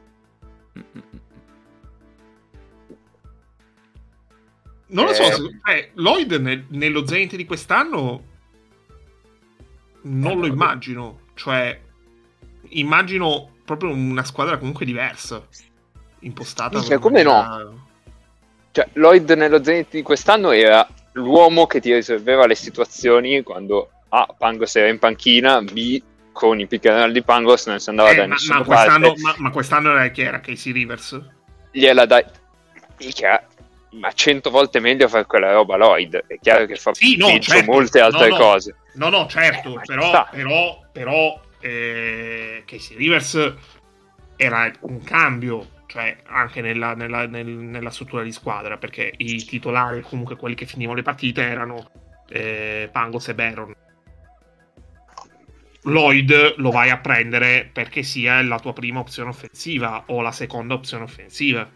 Non lo so, Lloyd nello Zenith di quest'anno non lo immagino, cioè immagino proprio una squadra comunque diversa, impostata. Cioè, come no? Cioè, Lloyd nello Zenith di quest'anno era l'uomo che ti risolveva le situazioni quando Pangos era in panchina, B, con i pick and roll di Pangos non si andava da nessuna parte. Ma quest'anno era chi era? Casey Rivers? Gliela dai... Ma 100 volte meglio fare quella roba Lloyd. È chiaro che fa peggio molte altre cose. No, certo, però Casey Rivers era un cambio, cioè anche nella struttura di squadra, perché i titolari, comunque quelli che finivano le partite, erano Pangos e Baron. Lloyd lo vai a prendere perché sia la tua prima opzione offensiva o la seconda opzione offensiva,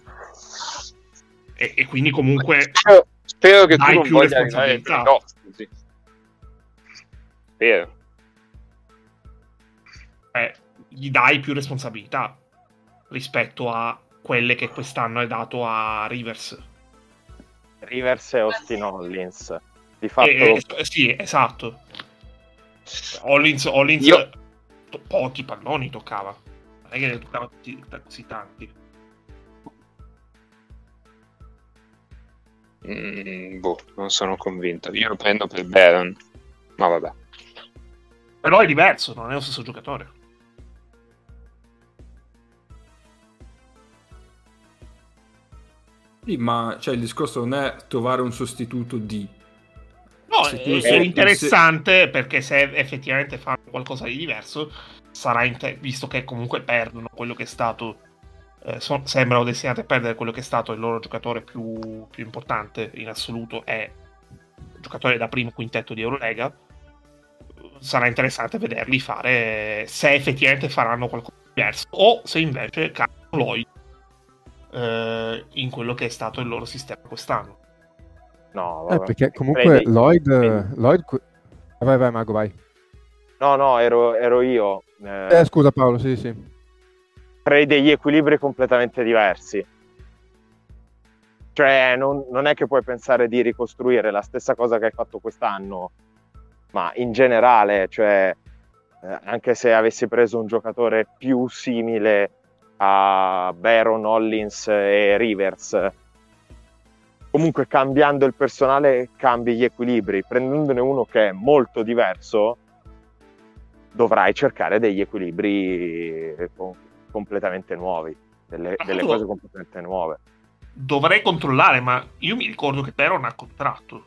e quindi comunque spero che dai tu non più voglia arrivare così. Spero. Gli dai più responsabilità rispetto a quelle che quest'anno hai dato a Rivers e Austin Hollins. Di fatto sì, esatto. Hollins pochi palloni toccava, non è che ne toccava così tanti. Non sono convinto. Io lo prendo per Baron, ma vabbè. Però è diverso, non è lo stesso giocatore. Sì, ma cioè, il discorso non è trovare un sostituto di... No, Se tu è sei- interessante perché se effettivamente fanno qualcosa di diverso, sarà visto che comunque perdono quello che è stato, sembrano destinati a perdere quello che è stato il loro giocatore più importante in assoluto, è il giocatore da primo quintetto di Eurolega. Sarà interessante vederli fare, se effettivamente faranno qualcosa di diverso o se invece cambiano Lloyd in quello che è stato il loro sistema quest'anno. No, vabbè. Perché comunque Lloyd... Vai Mago, vai. No, ero io. Scusa Paolo, sì. Crei degli equilibri completamente diversi. Cioè, non è che puoi pensare di ricostruire la stessa cosa che hai fatto quest'anno, ma in generale, cioè, anche se avessi preso un giocatore più simile a Baron, Hollins e Rivers, comunque cambiando il personale cambi gli equilibri. Prendendone uno che è molto diverso, dovrai cercare degli equilibri completamente nuovi, delle cose completamente nuove. Dovrei controllare, ma io mi ricordo che Baron ha contratto.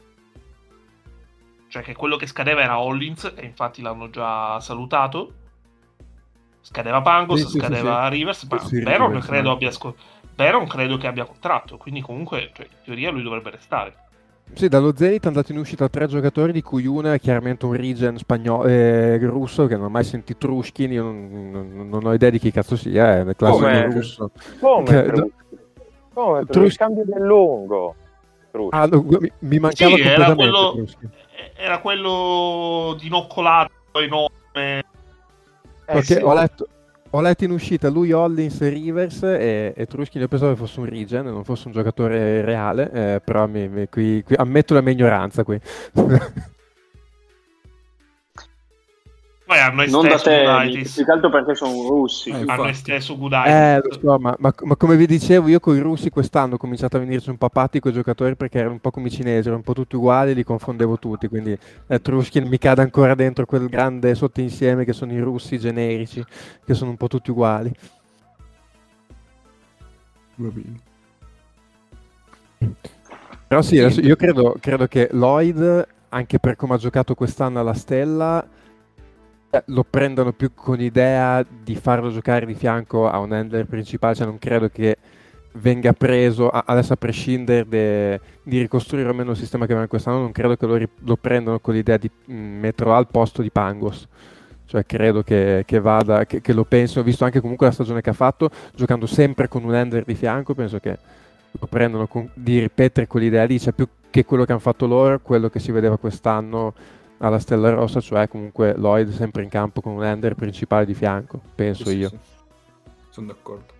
Cioè che quello che scadeva era Hollins, e infatti l'hanno già salutato. Scadeva Pangos, scadeva Rivers, ma Baron Rivers, credo abbia Baron credo che abbia contratto, quindi comunque in teoria lui dovrebbe restare. Sì, dallo Zenit è andato in uscita 3 giocatori, di cui uno è chiaramente un regen spagnolo, russo, che non ho mai sentito Trushkin, io non ho idea di chi cazzo sia, è il classico russo. Come Trushkin? Cambio del lungo. Mi mancava completamente. Era quello dinoccolato enorme. Perché sì. ho letto in uscita lui, Hollins, Rivers e Trushkin. Io pensavo che fosse un regen, non fosse un giocatore reale, però qui ammetto la mia ignoranza qui. Poi hanno non da te, più che altro perché sono russi. Hanno esteso Gudaitis. Lo so, ma come vi dicevo, io con i russi quest'anno ho cominciato a venirci un po' patti con i giocatori, perché erano un po' come i cinesi, erano un po' tutti uguali, li confondevo tutti, quindi Trushkin mi cade ancora dentro quel grande sottoinsieme che sono i russi generici, che sono un po' tutti uguali. Va bene. Però sì, adesso io credo che Lloyd, anche per come ha giocato quest'anno alla Stella, lo prendano più con l'idea di farlo giocare di fianco a un handler principale. Cioè non credo che venga preso adesso, a prescindere di ricostruire o meno il sistema che avevano quest'anno, non credo che lo prendano con l'idea di metterlo al posto di Pangos. Cioè credo che vada, che lo penso, visto anche comunque la stagione che ha fatto, giocando sempre con un handler di fianco, penso che lo prendono di ripetere quell'idea lì, cioè più che quello che hanno fatto loro, quello che si vedeva quest'anno alla Stella Rossa, cioè comunque Lloyd sempre in campo con un handler principale di fianco, penso io. Sì. Sono d'accordo.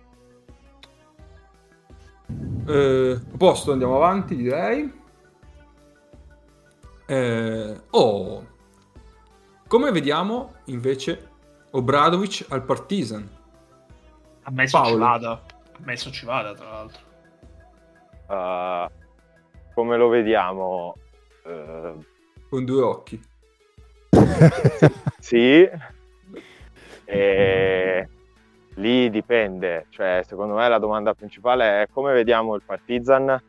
A posto, andiamo avanti, direi. Come vediamo invece Obradovic al Partizan? Ammesso ci vada, tra l'altro. Come lo vediamo? Con due occhi. Sì, lì dipende, cioè secondo me la domanda principale è come vediamo il Partizan,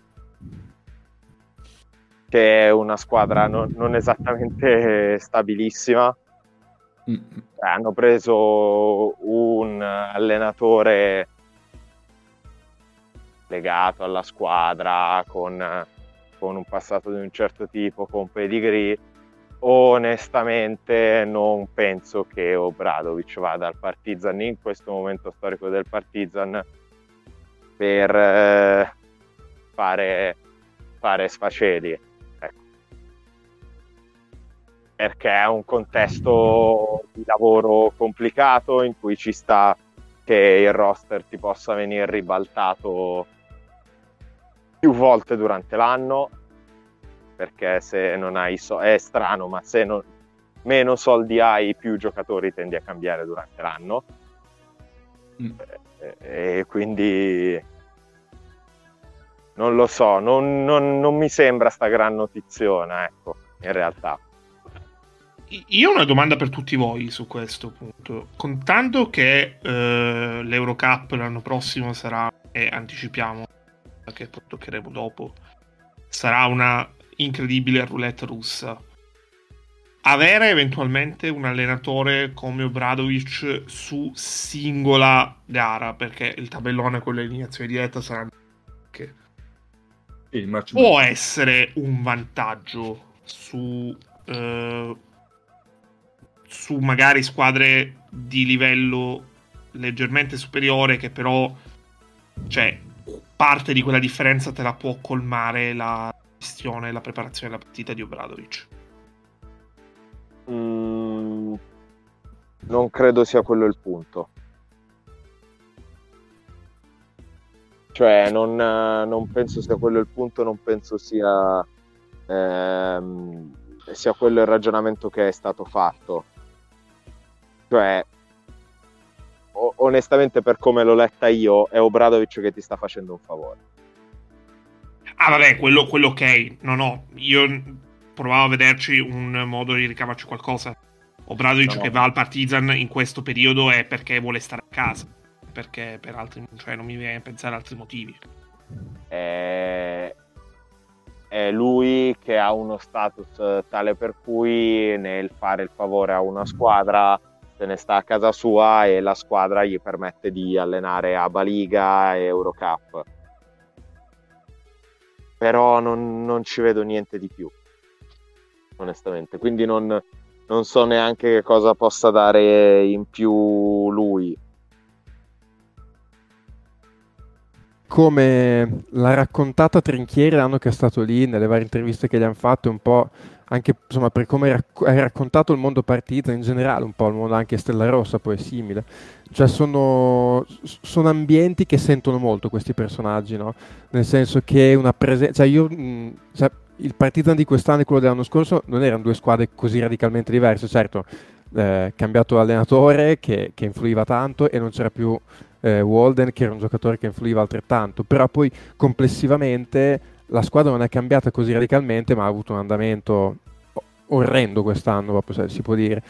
che è una squadra non esattamente stabilissima. Hanno preso un allenatore legato alla squadra, con un passato di un certo tipo, con pedigree. Onestamente non penso che Obradovic vada al Partizan in questo momento storico del Partizan per fare sfaceli, ecco. Perché è un contesto di lavoro complicato, in cui ci sta che il roster ti possa venire ribaltato più volte durante l'anno, perché se non hai è strano, ma se meno soldi hai, più giocatori tendi a cambiare durante l'anno. E quindi non lo so, non mi sembra sta gran notiziona, ecco, in realtà. Io ho una domanda per tutti voi su questo punto. Contando che l'Eurocup l'anno prossimo sarà, e anticipiamo che poi toccheremo dopo, sarà una incredibile roulette russa, avere eventualmente un allenatore come Obradovic su singola gara, perché il tabellone con le eliminazioni dirette saranno che può essere un vantaggio su magari squadre di livello leggermente superiore, che però, cioè, parte di quella differenza te la può colmare la gestione, la preparazione della partita di Obradovic. Non credo sia quello il punto. Cioè, non penso sia quello il punto, non penso sia quello il ragionamento che è stato fatto. Cioè, onestamente, per come l'ho letta io, è Obradovic che ti sta facendo un favore. Ah, vabbè, quello ok. No, io provavo a vederci un modo di ricavarci qualcosa. Obradovic che va al Partizan in questo periodo è perché vuole stare a casa, perché per altri, cioè, non mi viene a pensare altri motivi. È lui che ha uno status tale per cui nel fare il favore a una squadra se ne sta a casa sua e la squadra gli permette di allenare ABA Liga e Eurocup. Però non ci vedo niente di più, onestamente, quindi non so neanche che cosa possa dare in più lui. Come l'ha raccontata Trinchieri l'anno che è stato lì, nelle varie interviste che gli hanno fatto, un po' anche insomma per come hai raccontato il mondo Partizan in generale, un po' il mondo anche Stella Rossa poi è simile, cioè sono ambienti che sentono molto questi personaggi, no? Nel senso che una presenza, cioè il Partizan di quest'anno e quello dell'anno scorso non erano due squadre così radicalmente diverse, certo, cambiato allenatore che influiva tanto e non c'era più Walden che era un giocatore che influiva altrettanto, però poi complessivamente la squadra non è cambiata così radicalmente, ma ha avuto un andamento orrendo quest'anno, proprio, se si può dire.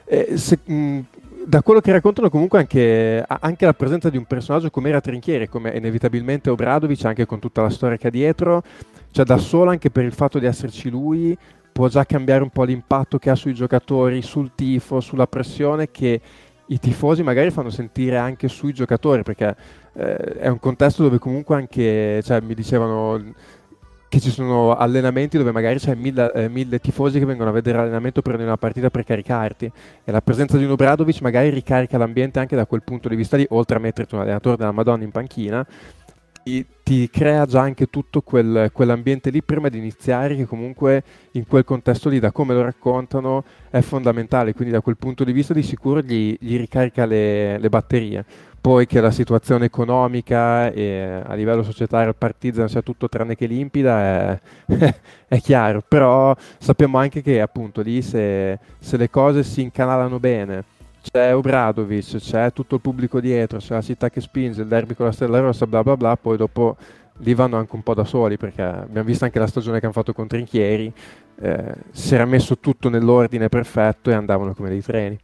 Da quello che raccontano comunque anche la presenza di un personaggio come era Trinchieri, come inevitabilmente Obradovic, anche con tutta la storia che ha dietro, cioè da solo anche per il fatto di esserci lui può già cambiare un po' l'impatto che ha sui giocatori, sul tifo, sulla pressione che i tifosi magari fanno sentire anche sui giocatori, perché è un contesto dove comunque anche, cioè, mi dicevano che ci sono allenamenti dove magari c'è 1000 tifosi che vengono a vedere l'allenamento per una partita per caricarti, e la presenza di un Obradovic magari ricarica l'ambiente anche da quel punto di vista lì, oltre a metterti un allenatore della Madonna in panchina, ti crea già anche tutto quell'ambiente lì prima di iniziare, che comunque in quel contesto lì, da come lo raccontano, è fondamentale, quindi da quel punto di vista di sicuro gli ricarica le batterie. Poi che la situazione economica e a livello societario il Partizan sia tutto tranne che limpida è chiaro, però sappiamo anche che appunto lì se le cose si incanalano bene, c'è Obradovic, c'è tutto il pubblico dietro, c'è la città che spinge, il derby con la Stella Rossa, bla bla bla, poi dopo lì vanno anche un po' da soli, perché abbiamo visto anche la stagione che hanno fatto con Trinchieri, si era messo tutto nell'ordine perfetto e andavano come dei treni.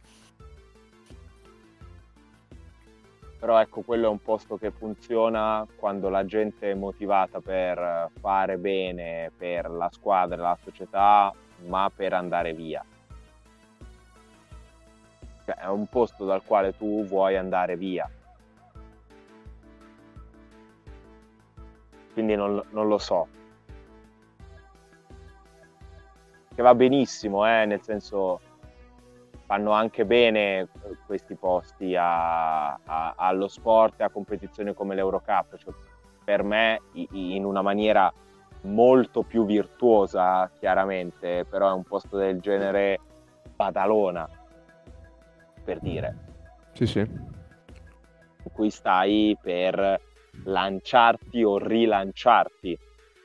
Però ecco, quello è un posto che funziona quando la gente è motivata per fare bene per la squadra, la società, ma per andare via. Cioè, è un posto dal quale tu vuoi andare via. Quindi non lo so. Che va benissimo, nel senso, fanno anche bene questi posti allo sport e a competizioni come l'Eurocup, cioè, per me in una maniera molto più virtuosa, chiaramente, però è un posto del genere Badalona, per dire. Sì. In cui stai per lanciarti o rilanciarti,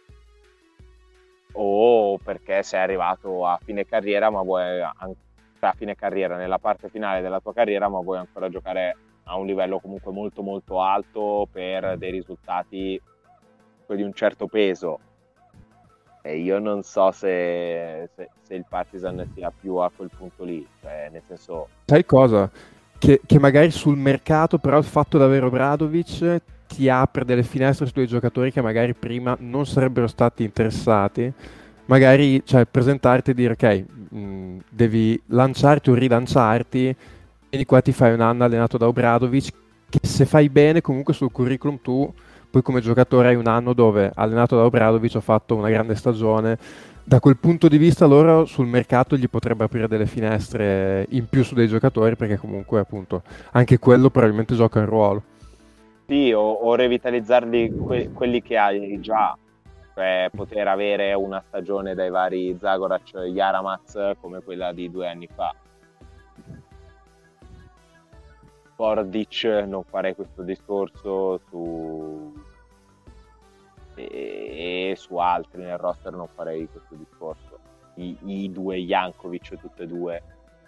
o perché sei arrivato a fine carriera, ma vuoi a fine carriera, nella parte finale della tua carriera, ma vuoi ancora giocare a un livello comunque molto molto alto per dei risultati di un certo peso, e io non so se il Partizan sia più a quel punto lì, cioè, nel senso... Sai cosa? Che magari sul mercato, però, il fatto di avere Obradovic ti apre delle finestre su dei giocatori che magari prima non sarebbero stati interessati, magari, cioè, presentarti e dire ok, devi lanciarti o rilanciarti, e di qua ti fai un anno allenato da Obradovic, che se fai bene comunque sul curriculum tu poi come giocatore hai un anno dove, allenato da Obradovic, ho fatto una grande stagione. Da quel punto di vista loro sul mercato gli potrebbe aprire delle finestre in più su dei giocatori, perché comunque appunto anche quello probabilmente gioca un ruolo. Sì, o revitalizzarli quelli che hai già, cioè poter avere una stagione dai vari Zagorac, Jaramaz come quella di 2 anni fa. Bordic non farei questo discorso e su altri nel roster non farei questo discorso. I due Jankovic, tutte e due,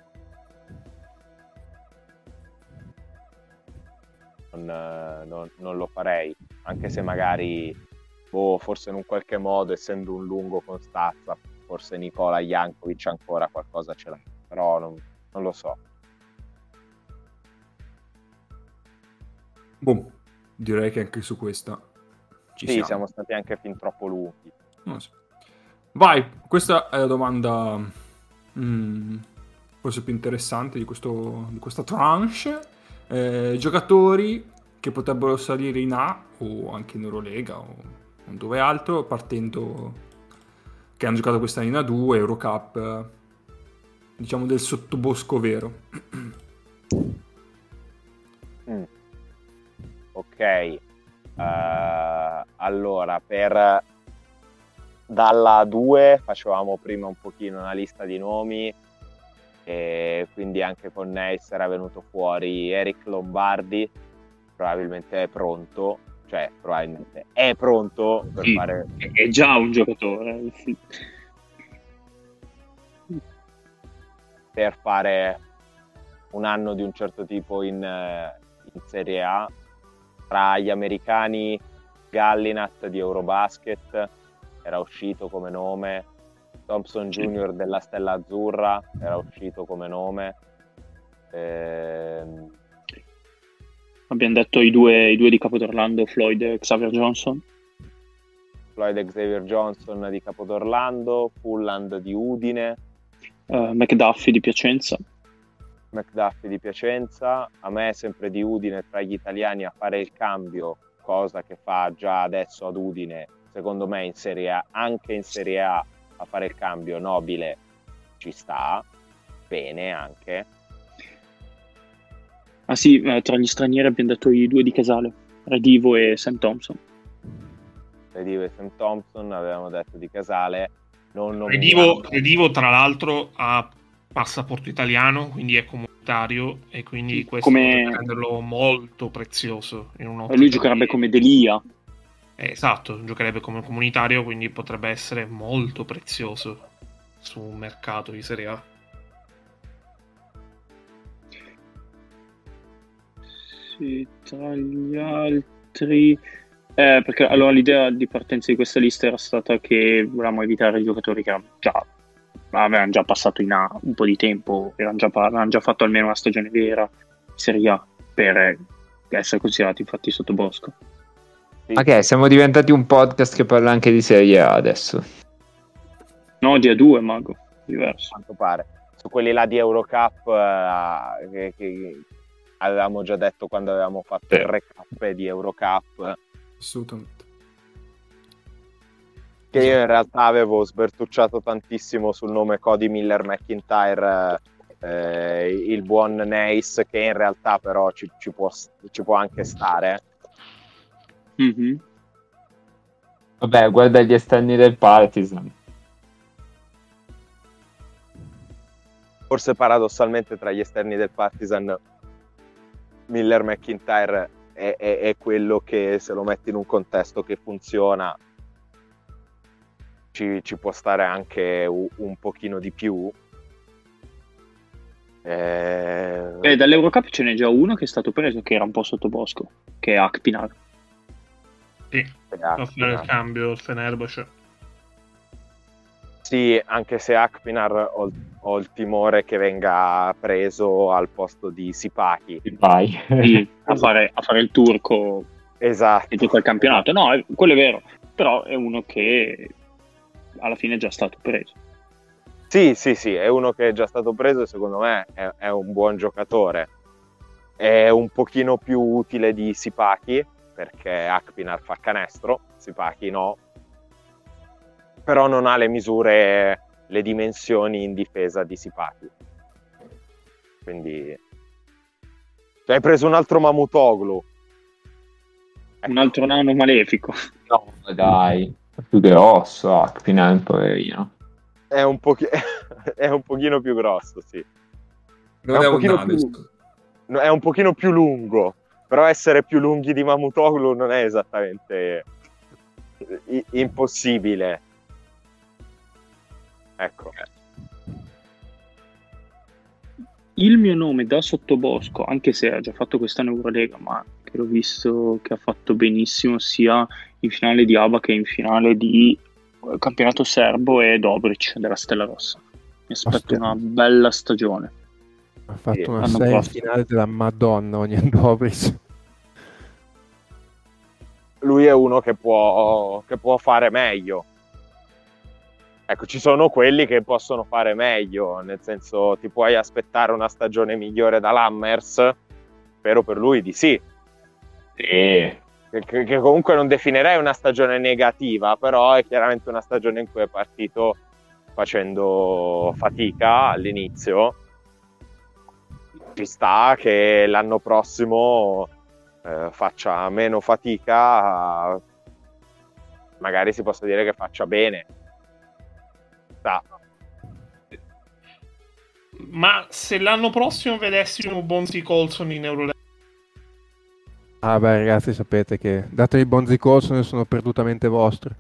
non lo farei, anche se magari forse in un qualche modo, essendo un lungo con Stazza, forse Nikola Jankovic ancora qualcosa ce l'ha, però non lo so. Boh, direi che anche su questa siamo stati anche fin troppo lunghi. Non so. Vai, questa è la domanda forse più interessante di questa tranche. Giocatori che potrebbero salire in A o anche in Eurolega o dove altro, partendo che hanno giocato quest'anno in A2, Eurocup, diciamo del sottobosco vero. Ok, allora dalla 2 facevamo prima un pochino una lista di nomi, e quindi anche con Neis era venuto fuori Eric Lombardi, probabilmente è pronto per fare... È già un giocatore. Per fare un anno di un certo tipo in Serie A. Tra gli americani, Gallinat di Eurobasket era uscito come nome, Thompson Jr. della Stella Azzurra era uscito come nome. Abbiamo detto i due di Capodorlando, Floyd e Xavier Johnson. Floyd e Xavier Johnson di Capodorlando, Fulland di Udine, McDuffie di Piacenza. A me sempre di Udine, tra gli italiani a fare il cambio, cosa che fa già adesso ad Udine, secondo me in Serie A, anche in Serie A fare il cambio, Nobile ci sta bene anche. Ah sì, tra gli stranieri abbiamo detto i due di Casale, Redivo e Sam Thompson. Avevamo detto di Casale. Redivo tra l'altro ha passaporto italiano, quindi è comunitario, e quindi questo potrebbe renderlo molto prezioso in lui giocherebbe come Delia. Esatto, giocherebbe come comunitario, quindi potrebbe essere molto prezioso su un mercato di Serie A. Sì, tra gli altri perché allora l'idea di partenza di questa lista era stata che volevamo evitare i giocatori che avevano già passato in A un po' di tempo, avevano già fatto almeno una stagione vera in Serie A per essere considerati infatti sottobosco. Ok, siamo diventati un podcast che parla anche di Serie A adesso. No, di A2, Mago, diverso. Quanto pare. Su quelli là di Eurocup che avevamo già detto quando avevamo fatto il recap di Eurocup. Assolutamente. Che io in realtà avevo sbertucciato tantissimo sul nome Cody Miller McIntyre, il buon Neis, che in realtà però ci può anche stare. Mm-hmm. Vabbè, guarda gli esterni del Partizan. Forse paradossalmente tra gli esterni del Partizan Miller McIntyre è quello che, se lo metti in un contesto che funziona, ci può stare anche un pochino di più. Dall'Eurocup ce n'è già uno che è stato preso, che era un po' sottobosco, che è Akpinar. Sì, a fare il cambio, il Fenerbahce. Sì, anche se Akpinar ho il timore che venga preso al posto di Sipaki. Vai. Sì, a fare il turco. Esatto. In tutto il campionato. No, quello è vero, però è uno che alla fine è già stato preso. Sì, è uno che è già stato preso e secondo me è un buon giocatore. È un pochino più utile di Sipaki, perché Akpinar fa canestro, Sipaki no. Però non ha le misure, le dimensioni in difesa di Sipaki. Quindi hai preso un altro Mamutoglu. Un altro nano malefico. No, dai, è più grosso, Akpinar, poverino. È un pochino più grosso, sì. Non è un nano. È un pochino più lungo, però essere più lunghi di Mamutoglu non è esattamente impossibile. Ecco. Il mio nome da sottobosco, anche se ha già fatto quest'anno Eurolega, ma che l'ho visto che ha fatto benissimo sia in finale di ABA che in finale di campionato serbo, è Dobric della Stella Rossa. Mi aspetto una bella stagione. Ha fatto una serie finale della Madonna ogni Dobric. Lui è uno che può fare meglio. Ecco, ci sono quelli che possono fare meglio, nel senso ti puoi aspettare una stagione migliore da Lammers, spero per lui di sì. Che comunque non definirei una stagione negativa, però è chiaramente una stagione in cui è partito facendo fatica all'inizio. Ci sta che l'anno prossimo faccia meno fatica, magari si possa dire che faccia bene. Ma se l'anno prossimo vedessimo Bonzi Colson in Eurolega? Ah beh ragazzi, sapete che datemi Bonzi Colson sono perdutamente vostri.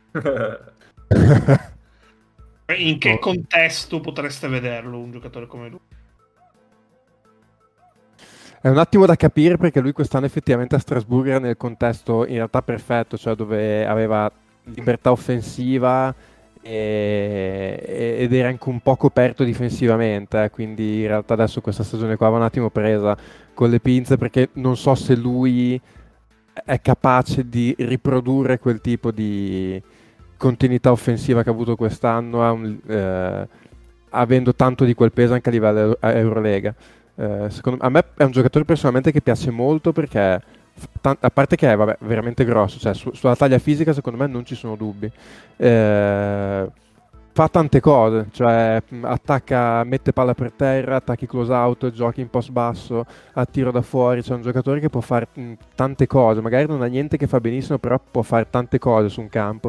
In che contesto potreste vederlo un giocatore come lui? È un attimo da capire, perché lui quest'anno effettivamente a Strasburgo era nel contesto in realtà perfetto, cioè dove aveva libertà offensiva ed era anche un po' coperto difensivamente, quindi in realtà adesso questa stagione qua va un attimo presa con le pinze, perché non so se lui è capace di riprodurre quel tipo di continuità offensiva che ha avuto quest'anno, avendo tanto di quel peso anche a livello Eurolega. A me è un giocatore personalmente che piace molto, perché a parte che è veramente grosso, cioè sulla taglia fisica secondo me non ci sono dubbi, fa tante cose, cioè attacca, mette palla per terra, attacchi close out, giochi in post basso, a tiro da fuori, c'è un giocatore che può fare tante cose, magari non ha niente che fa benissimo, però può fare tante cose su un campo.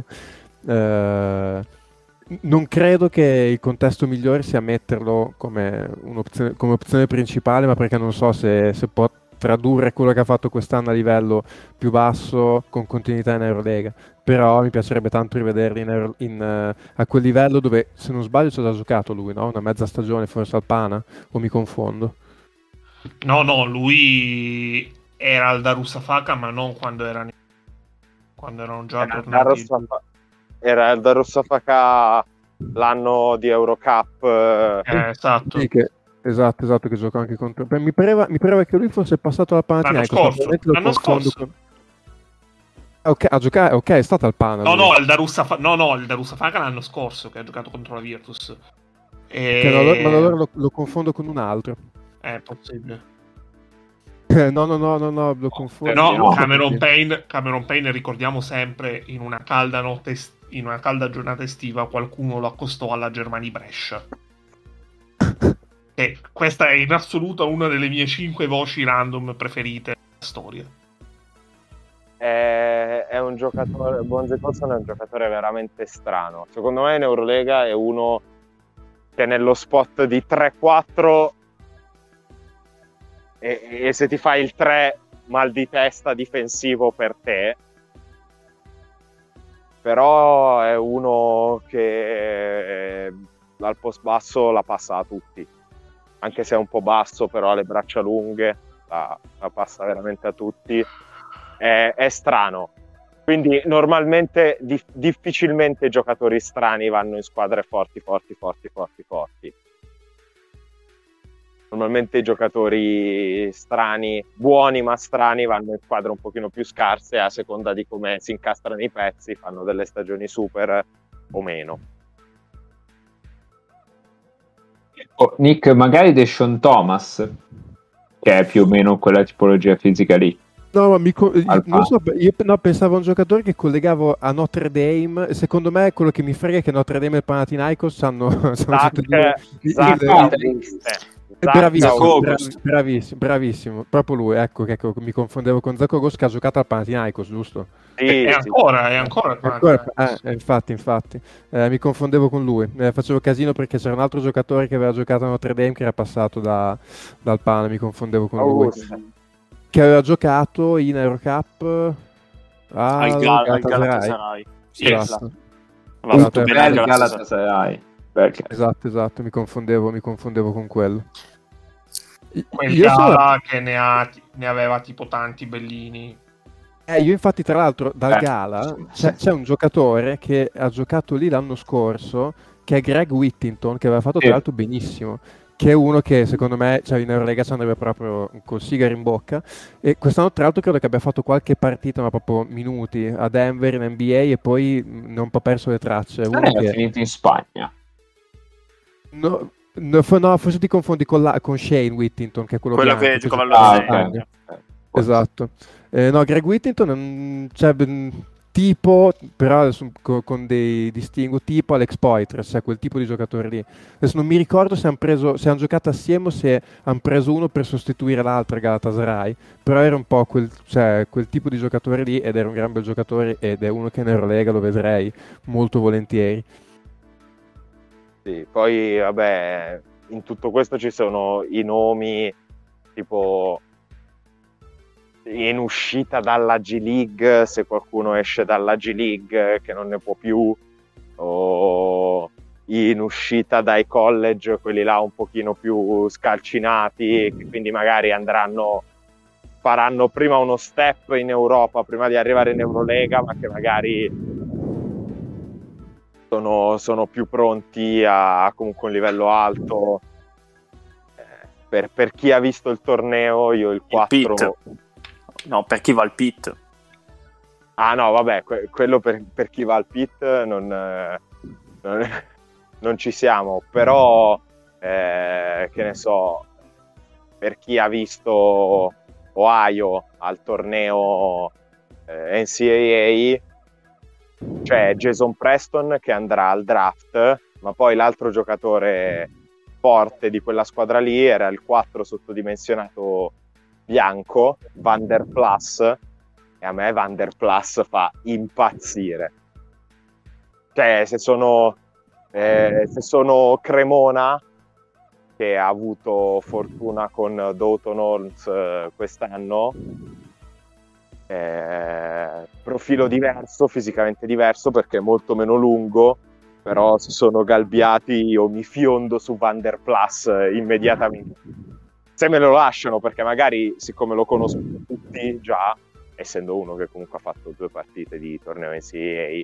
Non credo che il contesto migliore sia metterlo come opzione principale, ma perché non so se può tradurre quello che ha fatto quest'anno a livello più basso con continuità in Eurolega. Però mi piacerebbe tanto rivederli a quel livello dove, se non sbaglio, ci ha già giocato lui, no? Una mezza stagione forse al Pana, o mi confondo? No, lui era al Darussafaka, ma non quando erano già tornati. Era il Darussafaka l'anno di Eurocup. Esatto. Sì, esatto, che giocò anche contro. Mi pareva che lui fosse passato alla Panathinaikos. L'anno scorso. Ok, a giocare, ok, è stato al Pana. No, il Darussafaka l'anno scorso che ha giocato contro la Virtus. Ma allora lo confondo con un altro. È possibile. No, lo confondo. No, Cameron Payne, ricordiamo sempre, in una calda giornata estiva qualcuno lo accostò alla Germania Brescia. E questa è in assoluto una delle mie 5 voci random preferite della storia. È un giocatore, Bonzi Colson è un giocatore veramente strano. Secondo me in Eurolega è uno che nello spot di 3-4 e se ti fai il 3 mal di testa difensivo per te, però è uno che dal post basso la passa a tutti, anche se è un po' basso, però ha le braccia lunghe, la passa veramente a tutti. È strano, Quindi normalmente difficilmente i giocatori strani vanno in squadre forti. Normalmente i giocatori strani, buoni ma strani, vanno in squadre un pochino più scarse, a seconda di come si incastrano i pezzi, fanno delle stagioni super o meno. Nick, magari Deshaun Thomas, che è più o meno quella tipologia fisica lì. No, ma non so, io pensavo a un giocatore che collegavo a Notre Dame. Secondo me quello che mi frega è che Notre Dame e il Panathinaikos hanno tutti e due bravissimo, proprio lui, ecco, mi confondevo con Zacco Ghost, che ha giocato al Panathinaikos, giusto? È ancora infatti mi confondevo con lui, facevo casino perché c'era un altro giocatore che aveva giocato a Notre Dame che era passato dal Pana, mi confondevo con lui, che aveva giocato in Eurocup al Galatasaray. Sì, esatto. Galatasaray. Esatto, mi confondevo con quello. Quel Gala che ne aveva tipo tanti bellini. Io infatti, tra l'altro, dal Gala c'è un giocatore che ha giocato lì l'anno scorso, che è Greg Whittington, che aveva fatto tra l'altro benissimo, che è uno che secondo me in Eurolega ci andrebbe proprio col sigaro in bocca, e quest'anno tra l'altro credo che abbia fatto qualche partita, ma proprio minuti, a Denver in NBA, e poi non un po' perso le tracce. È finito in Spagna. No, forse ti confondi con Shane Whittington, che è quello che giocava all'Eurolega. Esatto. No, Greg Whittington tipo, però adesso con dei distinguo, tipo Alex Poitras, cioè quel tipo di giocatore lì. Adesso non mi ricordo se hanno giocato assieme o se hanno preso uno per sostituire l'altro, Galatasaray, però era un po' quel tipo di giocatore lì, ed era un gran bel giocatore, ed è uno che in Eurolega lo vedrei molto volentieri. Sì, poi vabbè, in tutto questo ci sono i nomi tipo in uscita dalla G League, se qualcuno esce dalla G League che non ne può più, o in uscita dai college, quelli là un pochino più scalcinati, che quindi magari faranno prima uno step in Europa prima di arrivare in Eurolega, ma che magari sono più pronti a comunque un livello alto. Per chi ha visto il torneo, io il 4... No, per chi va al pit. Ah no, vabbè, quello per chi va al pit non ci siamo, però che ne so, per chi ha visto Ohio al torneo NCAA, c'è Jason Preston che andrà al draft, ma poi l'altro giocatore forte di quella squadra lì era il 4 sottodimensionato bianco, Van der Plas, e a me Van der Plas fa impazzire. Cioè, se sono Cremona, che ha avuto fortuna con Doughton Holmes quest'anno, profilo diverso, fisicamente diverso, perché è molto meno lungo, però si sono galbiati, io mi fiondo su Van der Plas immediatamente. Se me lo lasciano, perché magari, siccome lo conoscono tutti già, essendo uno che comunque ha fatto 2 partite di torneo NCAA,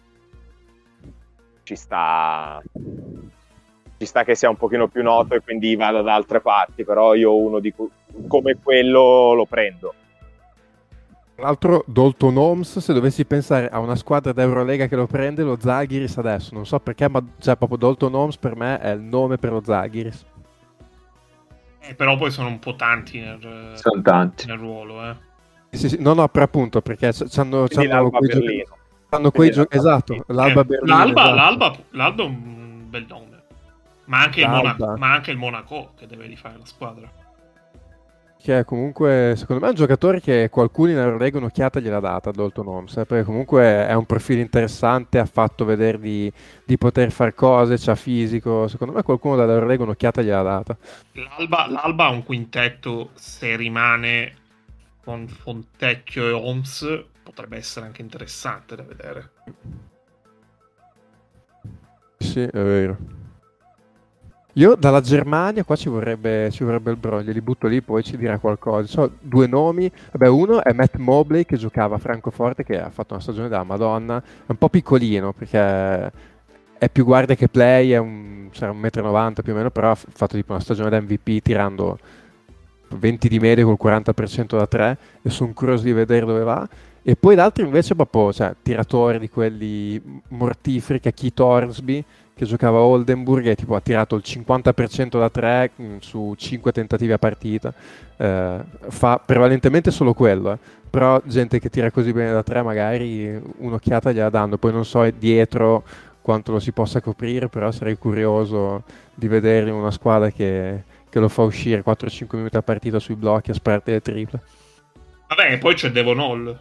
ci sta che sia un pochino più noto e quindi vada da altre parti, però io uno come quello lo prendo. Tra l'altro Dalton Holmes, se dovessi pensare a una squadra d'Eurolega che lo prende, lo Zalgiris adesso, non so perché, ma proprio Dalton Holmes per me è il nome per lo Zalgiris. Però poi sono un po' tanti nel ruolo, Sì, no, però appunto, perché c'hanno quei giochi, esatto, l'Alba Berlino. L'Alba è un bel nome, ma anche il Monaco che deve rifare la squadra. Che è comunque, secondo me, è un giocatore che qualcuno in Eurolega un'occhiata gliel'ha data, Dalton Holmes, perché comunque è un profilo interessante, ha fatto vedere di poter fare cose, c'ha fisico, secondo me qualcuno dall'Eurolega un'occhiata gliel'ha data. L'Alba ha un quintetto, se rimane con Fontecchio e Holmes, potrebbe essere anche interessante da vedere. Sì, è vero. Io dalla Germania qua ci vorrebbe il Broglio, li butto lì, poi ci dirà qualcosa. So, 2 nomi, vabbè, uno è Matt Mobley che giocava a Francoforte, che ha fatto una stagione della Madonna, è un po' piccolino perché è più guardia che play, sarà 1,90 m più o meno, però ha fatto tipo una stagione da MVP tirando 20 di media col 40% da 3 e sono curioso di vedere dove va. E poi l'altro invece proprio, cioè, tiratore di quelli mortiferi, che è Keith Hornsby, che giocava a Oldenburg e tipo ha tirato il 50% da 3 su 5 tentativi a partita. Fa prevalentemente solo quello, però gente che tira così bene da 3 magari un'occhiata gliela danno. Poi non so dietro quanto lo si possa coprire, però sarei curioso di vederlo in una squadra che lo fa uscire 4-5 minuti a partita sui blocchi a sparare le triple. Vabbè, poi c'è Devon Hall.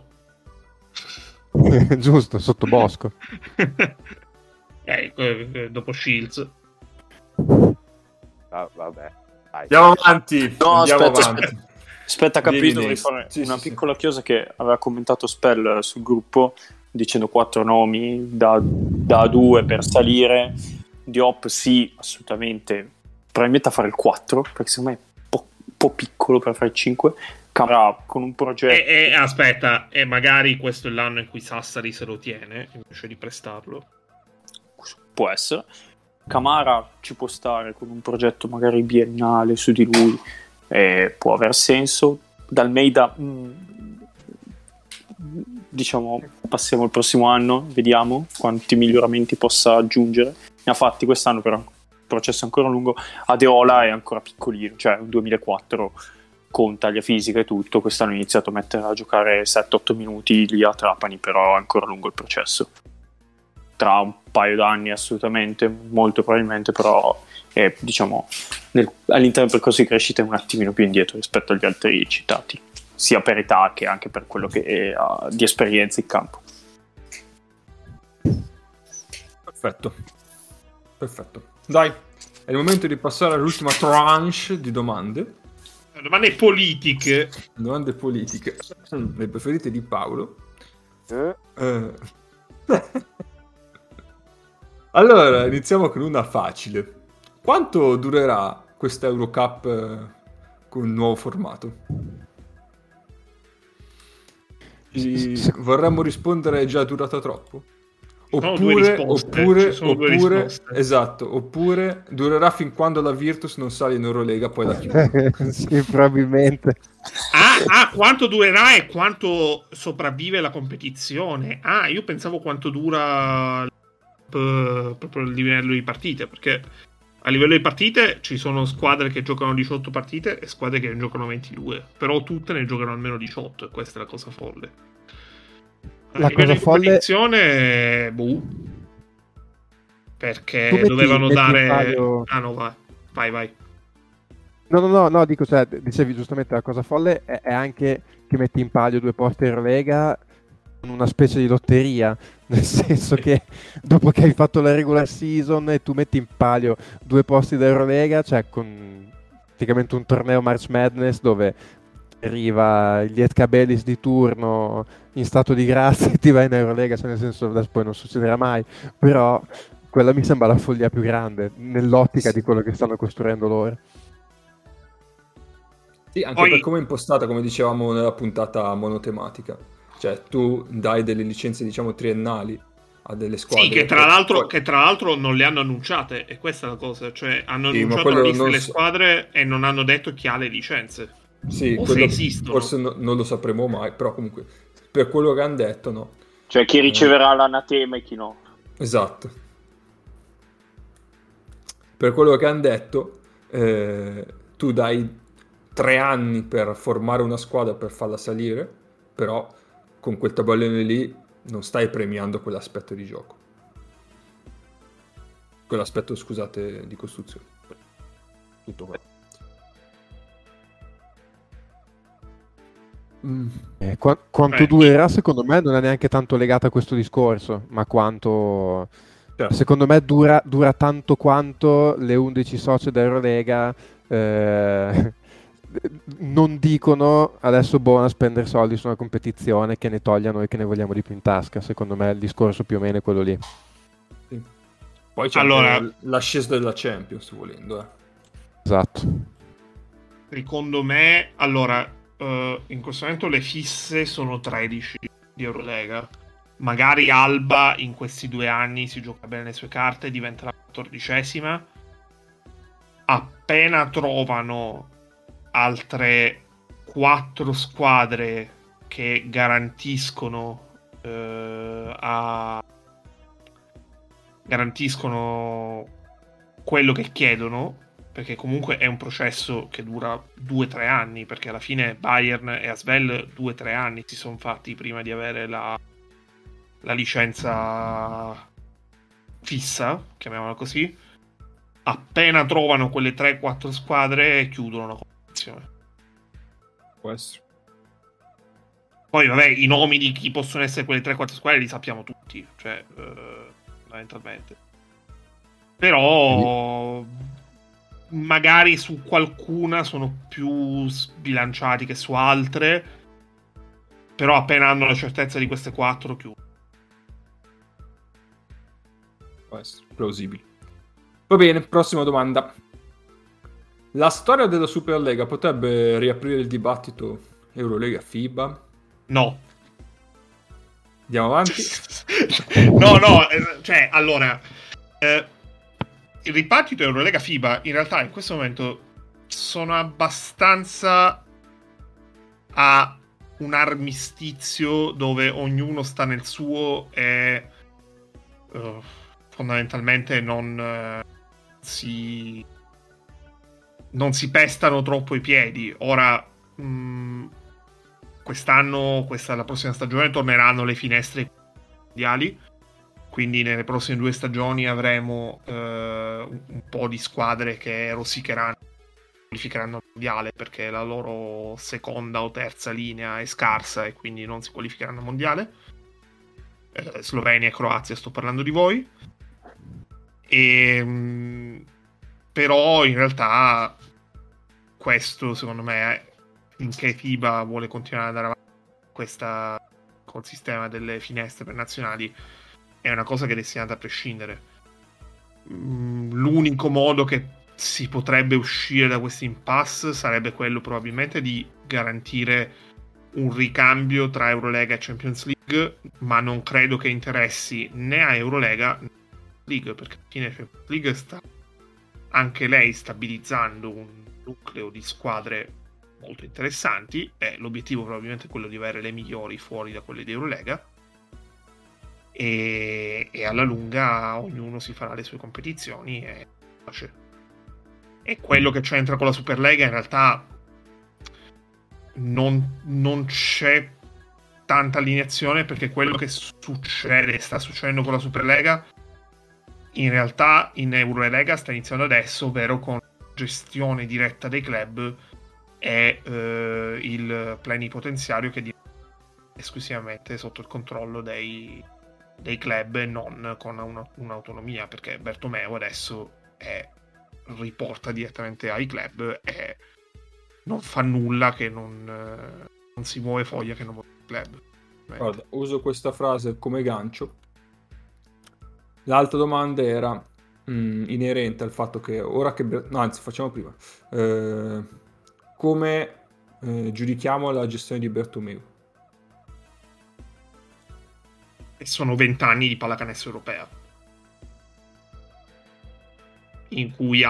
Giusto, sotto Bosco. Dopo Shields. Vabbè, dai. Andiamo avanti. No, andiamo aspetta, avanti. Aspetta, capito, Vieni, vorrei Nils. fare Sì, una sì, piccola chiosa che aveva commentato Spell sul gruppo dicendo 4 nomi da 2 per salire. Diop sì, assolutamente, probabilmente a fare il 4 perché secondo me è un po' piccolo per fare il 5. Camera con un progetto Aspetta, e magari questo è l'anno in cui Sassari se lo tiene invece di prestarlo. può essere. Camara ci può stare con un progetto magari biennale su di lui, può aver senso. D'Almeida diciamo passiamo al prossimo anno, vediamo quanti miglioramenti possa aggiungere. Ne ha fatti quest'anno, però il processo è ancora lungo. Adeola è ancora piccolino, cioè un 2004 con taglia fisica e tutto. Quest'anno ha iniziato a mettere a giocare 7-8 minuti lì a Trapani, però è ancora lungo il processo. Tra un paio d'anni assolutamente, molto probabilmente, però è, diciamo, all'interno del percorso di crescita è un attimino più indietro rispetto agli altri citati, sia per età che anche per quello che ha di esperienza in campo. Perfetto. Dai, è il momento di passare all'ultima tranche di domande. Domande politiche. Domande politiche. Le preferite di Paolo. Allora, iniziamo con una facile. Quanto durerà questa Eurocup con il nuovo formato? Vorremmo rispondere è già durata troppo? Oppure, esatto, oppure durerà fin quando la Virtus non sale in Eurolega, poi la chiude. Sì, probabilmente. Quanto durerà e quanto sopravvive la competizione. Io pensavo quanto dura proprio il livello di partite, perché a livello di partite ci sono squadre che giocano 18 partite e squadre che ne giocano 22, però tutte ne giocano almeno 18 e questa è la cosa folle. La cosa folle perché dovevano dare paio... no, vai. No, dico, cioè, dicevi giustamente, la cosa folle è anche che metti in palio 2 posti in Eurolega con una specie di lotteria, nel senso che dopo che hai fatto la regular season e tu metti in palio 2 posti da Eurolega, cioè con praticamente un torneo March Madness dove arriva il Lietkabelis di turno in stato di grazia e ti vai in Eurolega, cioè nel senso, adesso poi non succederà mai, però quella mi sembra la follia più grande nell'ottica di quello che stanno costruendo loro. Sì, anche per come è impostata, come dicevamo nella puntata monotematica, cioè tu dai delle licenze, diciamo, triennali a delle squadre. Sì, che tra l'altro non le hanno annunciate, e questa è la cosa, cioè hanno annunciato la lista delle squadre e non hanno detto chi ha le licenze. Sì, o se esistono. Forse non lo sapremo mai, però comunque per quello che hanno detto, no. Cioè chi riceverà l'anatema e chi no. Esatto. Per quello che hanno detto, tu dai 3 anni per formare una squadra, per farla salire, però con quel tabellone lì non stai premiando quell'aspetto di gioco. Quell'aspetto, scusate, di costruzione. Tutto quello. Quanto durerà, secondo me non è neanche tanto legato a questo discorso, ma quanto secondo me dura tanto quanto le 11 socie da Eurolega non dicono adesso buona spendere soldi su una competizione che ne toglia noi che ne vogliamo di più in tasca. Secondo me il discorso più o meno è quello lì. Sì. Poi c'è anche l'ascesa della Champions, volendo. Esatto. Secondo me, allora, in questo momento le fisse sono 13 di Eurolega. Magari Alba in questi 2 anni si gioca bene le sue carte e diventa la 14ª. Appena trovano altre 4 squadre che garantiscono quello che chiedono, perché comunque è un processo che dura 2-3 anni, perché alla fine Bayern e Asvel 2-3 anni si sono fatti prima di avere la licenza fissa, chiamiamola così. Appena trovano quelle 3-4 squadre chiudono la competizione. Può essere. Poi vabbè, i nomi di chi possono essere quelle 3-4 squadre li sappiamo tutti, cioè fondamentalmente. Però magari su qualcuna sono più sbilanciati che su altre, però appena hanno la certezza di queste 4 chiudono. Può essere plausibile. Va bene, prossima domanda. La storia della Superlega potrebbe riaprire il dibattito Eurolega FIBA? No. Andiamo avanti. No, cioè, allora, il ripartito Eurolega FIBA in realtà in questo momento sono abbastanza a un armistizio dove ognuno sta nel suo e fondamentalmente non si pestano troppo i piedi. Ora quest'anno, la prossima stagione torneranno le finestre mondiali, quindi nelle prossime 2 stagioni avremo un po' di squadre che rosicheranno, qualificheranno al mondiale perché la loro seconda o terza linea è scarsa e quindi non si qualificheranno al mondiale. Slovenia e Croazia, sto parlando di voi. Però in realtà questo secondo me, finché FIBA vuole continuare ad andare avanti col sistema delle finestre per nazionali, è una cosa che è destinata a prescindere. L'unico modo che si potrebbe uscire da questo impasse sarebbe quello probabilmente di garantire un ricambio tra Eurolega e Champions League, ma non credo che interessi né a Eurolega né a League, perché alla fine Champions League sta anche lei stabilizzando un nucleo di squadre molto interessanti e l'obiettivo probabilmente è quello di avere le migliori fuori da quelle di Eurolega e alla lunga ognuno si farà le sue competizioni e quello che c'entra con la Superlega in realtà non c'è tanta allineazione, perché quello che sta succedendo con la Superlega in realtà in Eurolega sta iniziando adesso, ovvero con gestione diretta dei club e il plenipotenziario che diventa esclusivamente sotto il controllo dei club e non con un'autonomia, perché Bertomeu adesso riporta direttamente ai club e non fa nulla che non si muove foglia che non muove il club. Guarda, uso questa frase come gancio. L'altra domanda era inerente al fatto che ora che... No, anzi, facciamo prima. Come giudichiamo la gestione di Bertomeu? E sono 20 anni di pallacanestro europea in cui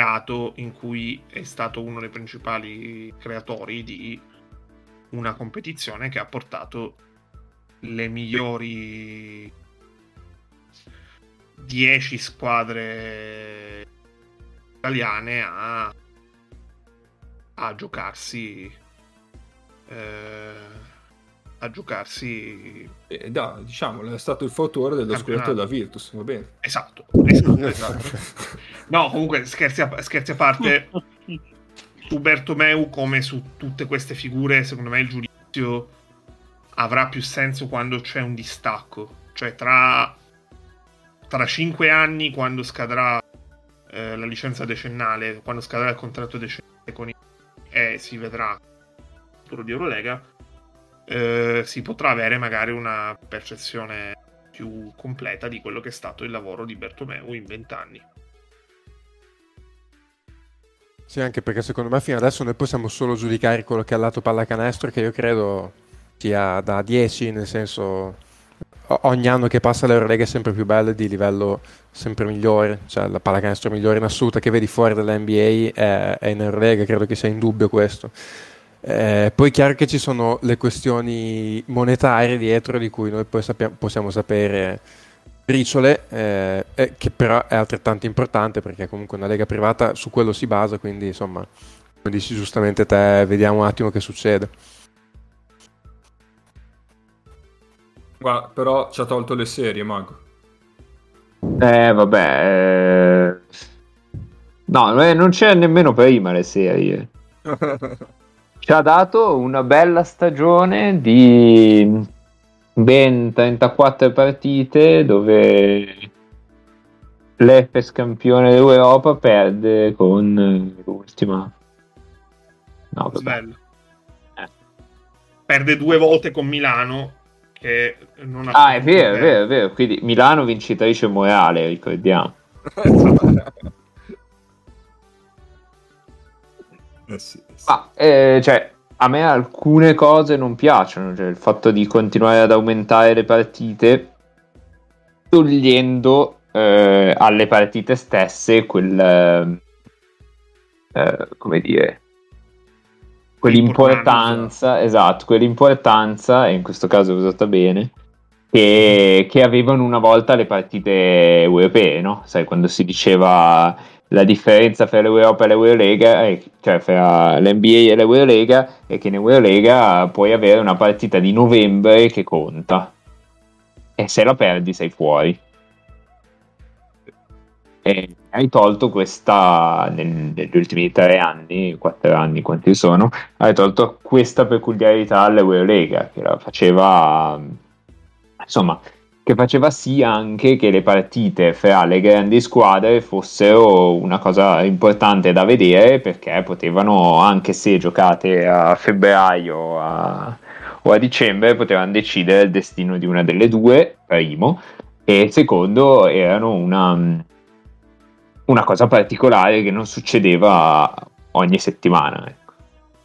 è stato uno dei principali creatori di una competizione che ha portato le migliori 10 squadre italiane a giocarsi diciamo, è stato il fautore dello scudetto della Virtus, va bene? Esatto. No, comunque scherzi a parte, su Bertomeu come su tutte queste figure secondo me il giudizio avrà più senso quando c'è un distacco, cioè tra 5 anni, quando scadrà la licenza decennale, quando scadrà il contratto decennale con si vedrà il futuro di Eurolega, si potrà avere magari una percezione più completa di quello che è stato il lavoro di Bertomeu in 20 anni. Sì, anche perché secondo me fino adesso noi possiamo solo giudicare quello che è al lato pallacanestro, che io credo sia da 10, nel senso ogni anno che passa l'Eurolega è sempre più bella, di livello sempre migliore, cioè la pallacanestro migliore in assoluta che vedi fuori dall'NBA è in Eurolega, credo che sia indubbio questo. Poi è chiaro che ci sono le questioni monetarie dietro, di cui noi poi possiamo sapere briciole, che però è altrettanto importante, perché comunque una lega privata su quello si basa, quindi insomma, come dici giustamente te, vediamo un attimo che succede. Guarda, però ci ha tolto le serie, Mago. Vabbè. No, non c'è nemmeno prima le serie. Ci ha dato una bella stagione di ben 34 partite dove l'Efes campione d'Europa perde con l'ultima. No, Svello. Perde 2 volte con Milano. Che non è vero. Quindi Milano vincitrice morale, ricordiamo. Sì. Ma cioè, a me alcune cose non piacciono, cioè il fatto di continuare ad aumentare le partite togliendo alle partite stesse quel come dire, quell'importanza, esatto, quell'importanza, e in questo caso è usata bene, che avevano una volta le partite europee, no? Sai, quando si diceva la differenza fra l'Europa e l'Eurolega, cioè fra l'NBA e l'Eurolega, è che in Eurolega puoi avere una partita di novembre che conta, e se la perdi sei fuori. E hai tolto questa negli ultimi 3 anni, 4 anni, quanti sono, hai tolto questa peculiarità all'Eurolega, che la faceva, insomma, che faceva sì anche che le partite fra le grandi squadre fossero una cosa importante da vedere, perché potevano, anche se giocate a febbraio o a dicembre, potevano decidere il destino di una delle due, primo, e secondo erano una cosa particolare che non succedeva ogni settimana, ecco.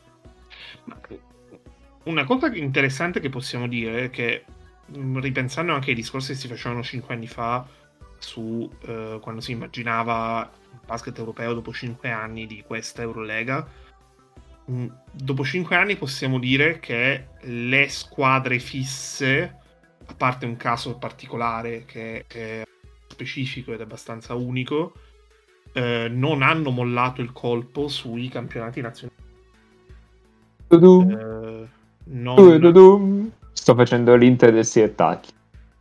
Una cosa interessante che possiamo dire è che, ripensando anche ai discorsi che si facevano 5 anni fa su quando si immaginava il basket europeo dopo 5 anni di questa Eurolega, dopo 5 anni possiamo dire che le squadre fisse, a parte un caso particolare che è specifico ed è abbastanza unico, non hanno mollato il colpo sui campionati nazionali. Sto facendo l'Inter del Sirtaki.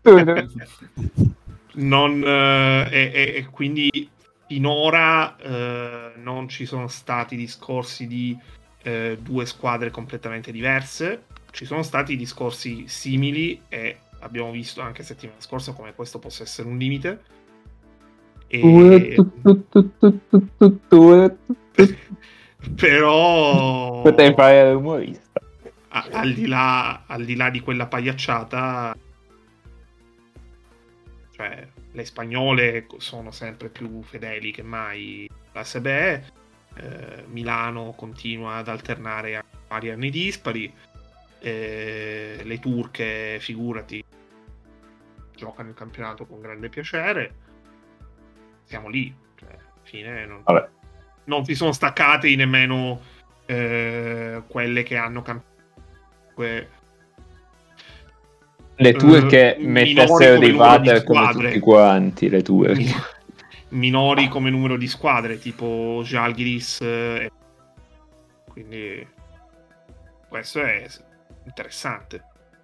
E quindi finora non ci sono stati discorsi di 2 squadre completamente diverse. Ci sono stati discorsi simili, e abbiamo visto anche settimana scorsa come questo possa essere un limite. Però potrei fare l'umorista. Al di là di quella pagliacciata, cioè le spagnole sono sempre più fedeli che mai alla SBE. Milano continua ad alternare a vari anni dispari. Le turche, figurati, giocano il campionato con grande piacere. Siamo lì, cioè, alla fine non si sono staccate nemmeno quelle che hanno le turche mettessero dei water come tutti quanti, le turche minori come numero di squadre, tipo Žalgiris, quindi questo è interessante.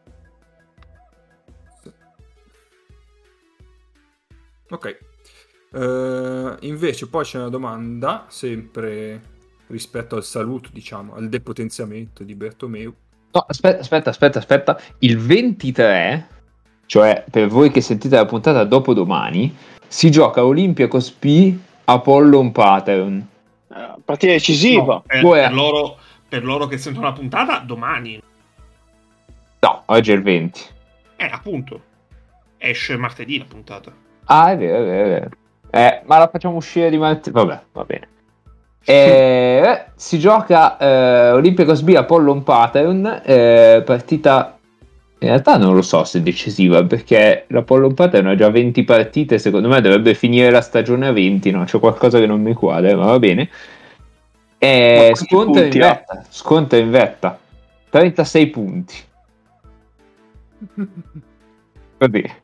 Ok. Invece poi c'è una domanda sempre rispetto al saluto, diciamo, al depotenziamento di Bertomeu. No, aspetta. Il 23, cioè per voi che sentite la puntata dopo domani, si gioca Olympiacos P Apollon Pattern. Partita decisiva. No, per loro che sentono la puntata domani. No, oggi è il 20. Appunto. esce martedì la puntata. Ah, è vero, è vero. Ma la facciamo uscire di martedì. Vabbè, va bene. Si gioca Olympiacos B Apollon Pattern, partita in realtà non lo so se è decisiva, perché l'Apollon Pattern ha già 20 partite, secondo me dovrebbe finire la stagione a 20, no? C'è qualcosa che non mi quadra, ma va bene. Sconta in vetta 36 punti. Va bene.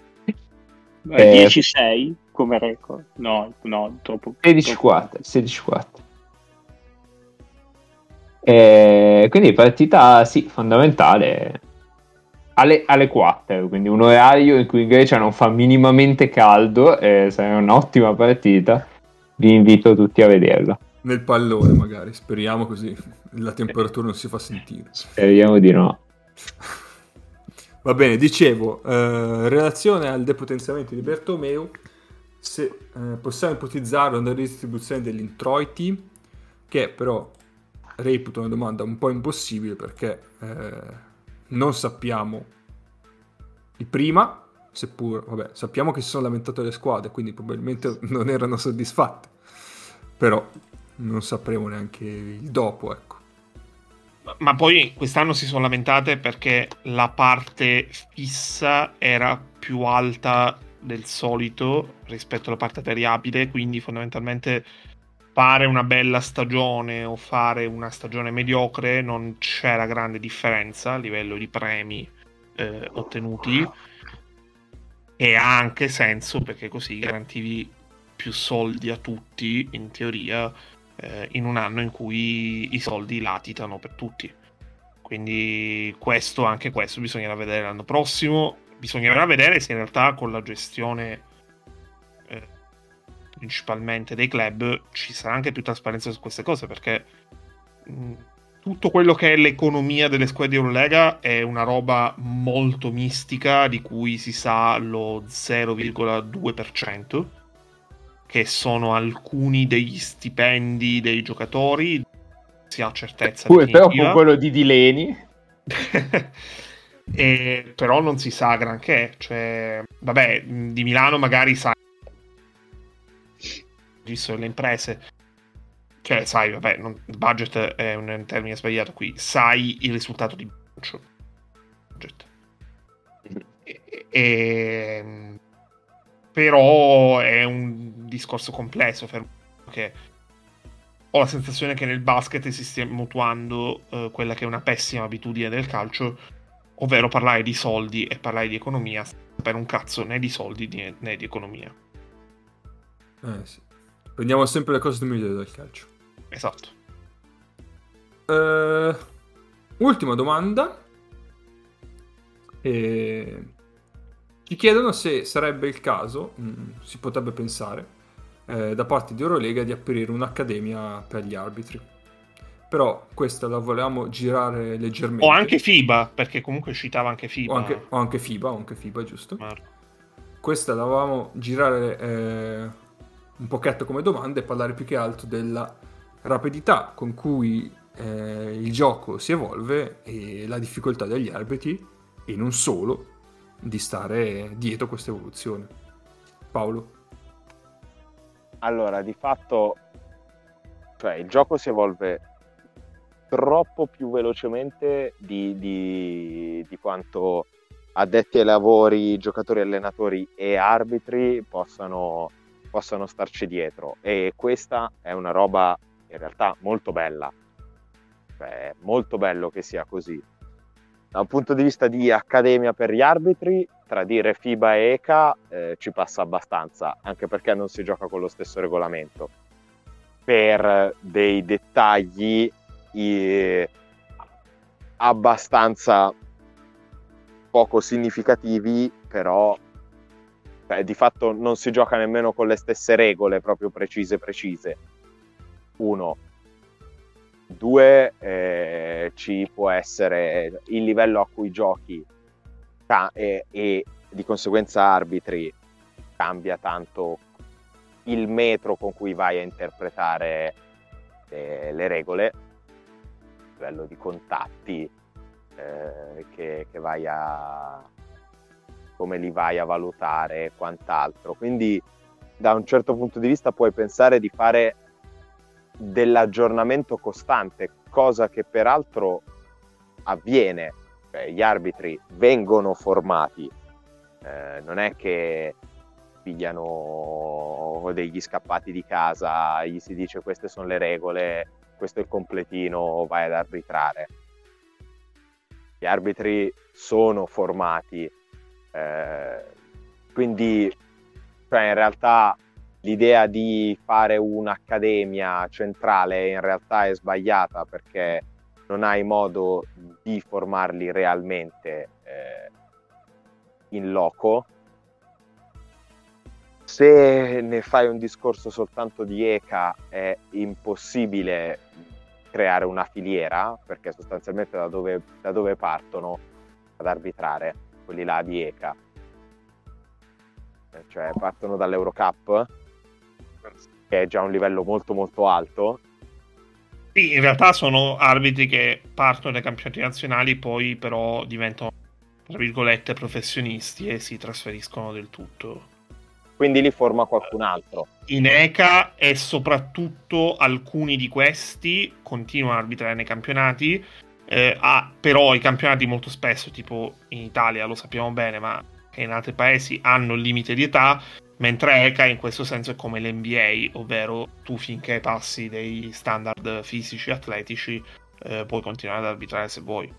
10-6 come record. No, troppo. 16-4. Quindi partita sì, fondamentale alle 4, quindi un orario in cui in Grecia non fa minimamente caldo, sarà un'ottima partita. Vi invito tutti a vederla. Nel pallone magari, speriamo, così la temperatura non si fa sentire. Speriamo di no. Va bene, dicevo, in relazione al depotenziamento di Bertomeu, se possiamo ipotizzare una redistribuzione degli introiti, che però reputo una domanda un po' impossibile, perché non sappiamo il prima, seppur vabbè, sappiamo che si sono lamentate le squadre, quindi probabilmente non erano soddisfatte, però non sapremo neanche il dopo, ecco. Ma poi quest'anno si sono lamentate perché la parte fissa era più alta del solito rispetto alla parte variabile, quindi fondamentalmente fare una bella stagione o fare una stagione mediocre non c'era grande differenza a livello di premi ottenuti, e ha anche senso perché così garantivi più soldi a tutti in teoria, in un anno in cui i soldi latitano per tutti. Quindi anche questo bisognerà vedere l'anno prossimo. Bisognerà vedere se in realtà con la gestione principalmente dei club ci sarà anche più trasparenza su queste cose, perché tutto quello che è l'economia delle squadre di Eurolega è una roba molto mistica, di cui si sa lo 0,2%, che sono alcuni degli stipendi dei giocatori, si ha certezza però con quello di Dileni però non si sa granché, cioè vabbè, di Milano magari sai, visto le imprese, cioè sai, vabbè, il budget è un termine sbagliato qui, sai il risultato di budget. Però è un discorso complesso, perché ho la sensazione che nel basket si stia mutuando quella che è una pessima abitudine del calcio, ovvero parlare di soldi e parlare di economia per un cazzo né di soldi né di economia. Sì. Prendiamo sempre le cose migliori dal calcio. Esatto. Ultima domanda. Ci chiedono se sarebbe il caso, si potrebbe pensare, da parte di Eurolega di aprire un'accademia per gli arbitri. Però questa la volevamo girare leggermente. O anche FIBA, perché comunque citava anche FIBA. O anche FIBA, giusto. Marco. Questa la volevamo girare un pochetto come domanda e parlare più che altro della rapidità con cui il gioco si evolve e la difficoltà degli arbitri, e non solo, di stare dietro questa evoluzione. Paolo? Allora, di fatto, cioè, il gioco si evolve troppo più velocemente di quanto addetti ai lavori, giocatori, allenatori e arbitri possano starci dietro, e questa è una roba in realtà molto bella, cioè è molto bello che sia così. Da un punto di vista di accademia per gli arbitri, tra dire FIBA e ECA ci passa abbastanza, anche perché non si gioca con lo stesso regolamento. Per dei dettagli abbastanza poco significativi, però di fatto non si gioca nemmeno con le stesse regole proprio precise. 1. 2, ci può essere il livello a cui giochi e di conseguenza arbitri, cambia tanto il metro con cui vai a interpretare le regole, a livello di contatti che vai a come li vai a valutare e quant'altro. Quindi da un certo punto di vista puoi pensare di fare dell'aggiornamento costante, cosa che peraltro avviene. Cioè, gli arbitri vengono formati, non è che pigliano degli scappati di casa, gli si dice queste sono le regole, questo è il completino, vai ad arbitrare. Gli arbitri sono formati, quindi cioè in realtà l'idea di fare un'accademia centrale in realtà è sbagliata, perché non hai modo di formarli realmente in loco. Se ne fai un discorso soltanto di ECA è impossibile creare una filiera, perché sostanzialmente da dove partono ad arbitrare quelli là di ECA? Cioè partono dall'Eurocup, che è già un livello molto molto alto. Sì, in realtà sono arbitri che partono dai campionati nazionali, poi però diventano, tra virgolette, professionisti e si trasferiscono del tutto. Quindi li forma qualcun altro. In ECA, e soprattutto alcuni di questi continuano a arbitrare nei campionati, però i campionati molto spesso, tipo in Italia lo sappiamo bene, ma che in altri paesi hanno il limite di età, mentre ECA in questo senso è come l'NBA, ovvero tu finché passi dei standard fisici atletici puoi continuare ad arbitrare se vuoi.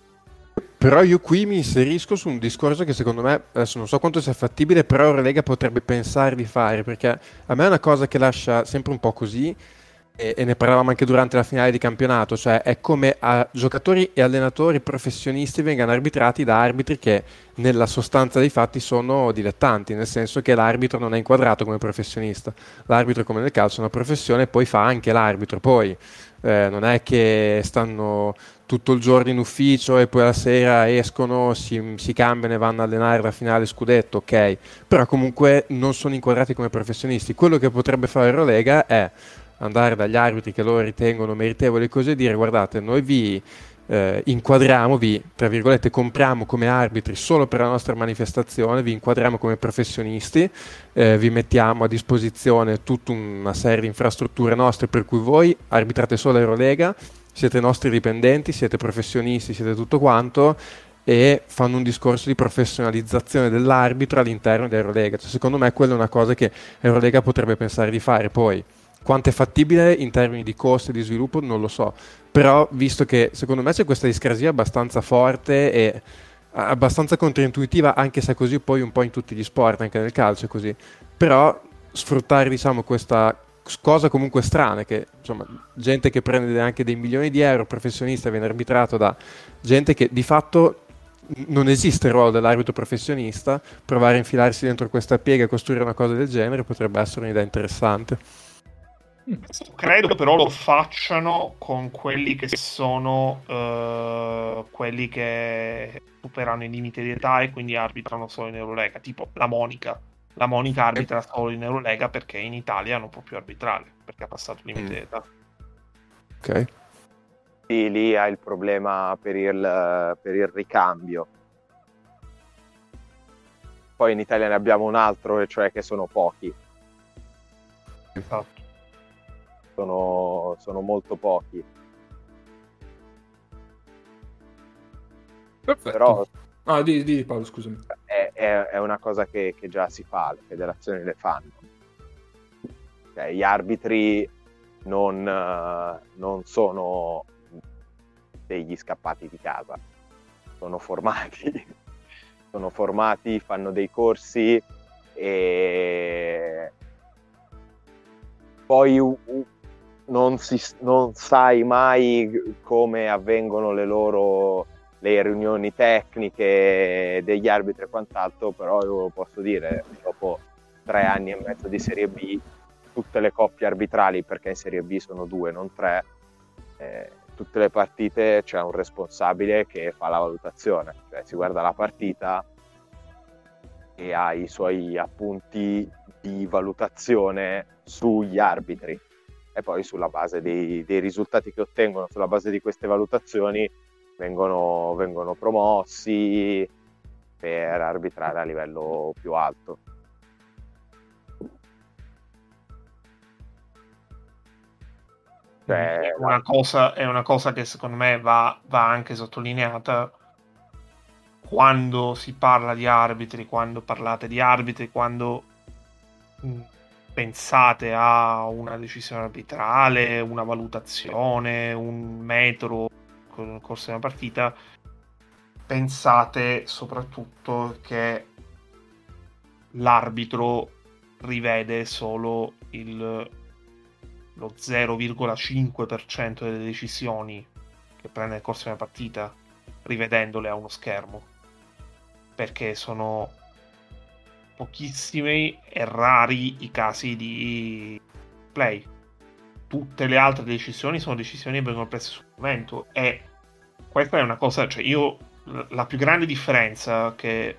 Però io qui mi inserisco su un discorso che secondo me, adesso non so quanto sia fattibile, però Eurolega potrebbe pensare di fare, perché a me è una cosa che lascia sempre un po' così, e ne parlavamo anche durante la finale di campionato, cioè è come a giocatori e allenatori professionisti vengano arbitrati da arbitri che nella sostanza dei fatti sono dilettanti, nel senso che l'arbitro non è inquadrato come professionista. L'arbitro, come nel calcio, è una professione e poi fa anche l'arbitro, poi non è che stanno tutto il giorno in ufficio e poi la sera escono, si cambiano e vanno a allenare la finale scudetto, ok, però comunque non sono inquadrati come professionisti. Quello che potrebbe fare Eurolega è andare dagli arbitri che loro ritengono meritevoli così e dire: guardate, noi vi inquadriamo, vi, tra virgolette, compriamo come arbitri solo per la nostra manifestazione, vi inquadriamo come professionisti, vi mettiamo a disposizione tutta una serie di infrastrutture nostre per cui voi arbitrate solo Eurolega, siete nostri dipendenti, siete professionisti, siete tutto quanto, e fanno un discorso di professionalizzazione dell'arbitro all'interno di Eurolega. Cioè, secondo me quella è una cosa che Eurolega potrebbe pensare di fare. Poi quanto è fattibile in termini di costi e di sviluppo non lo so, però visto che secondo me c'è questa discrasia abbastanza forte e abbastanza controintuitiva, anche se è così poi un po' in tutti gli sport, anche nel calcio è così, però sfruttare, diciamo, questa cosa comunque strana, che insomma gente che prende anche dei milioni di euro, professionista, viene arbitrato da gente che di fatto non esiste il ruolo dell'arbitro professionista, provare a infilarsi dentro questa piega e costruire una cosa del genere potrebbe essere un'idea interessante. Credo però lo facciano con quelli che sono quelli che superano i limiti di età e quindi arbitrano solo in Eurolega, tipo la Monica. La Monica arbitra solo in Eurolega perché in Italia non può più arbitrare, perché ha passato il limite di età. Ok. Sì, lì ha il problema per il ricambio. Poi in Italia ne abbiamo un altro, e cioè che sono pochi. Esatto. Sono molto pochi. Perfetto. Però di Paolo, scusami. È una cosa che già si fa, le federazioni le fanno. Cioè, gli arbitri non sono degli scappati di casa, sono formati, fanno dei corsi e poi non sai mai come avvengono le riunioni tecniche degli arbitri e quant'altro, però io posso dire, dopo 3 anni e mezzo di Serie B, tutte le coppie arbitrali, perché in Serie B sono 2, non 3, tutte le partite c'è un responsabile che fa la valutazione, cioè si guarda la partita e ha i suoi appunti di valutazione sugli arbitri, e poi sulla base dei risultati che ottengono, sulla base di queste valutazioni vengono promossi per arbitrare a livello più alto. È una cosa che secondo me va anche sottolineata quando si parla di arbitri, quando parlate di arbitri, quando pensate a una decisione arbitrale, una valutazione, un metodo nel corso di una partita, pensate soprattutto che l'arbitro rivede solo lo 0,5% delle decisioni che prende nel corso di una partita, rivedendole a uno schermo, perché sono pochissimi e rari i casi di play. Tutte le altre decisioni sono decisioni che vengono prese sul momento, e questa è una cosa, cioè io la più grande differenza che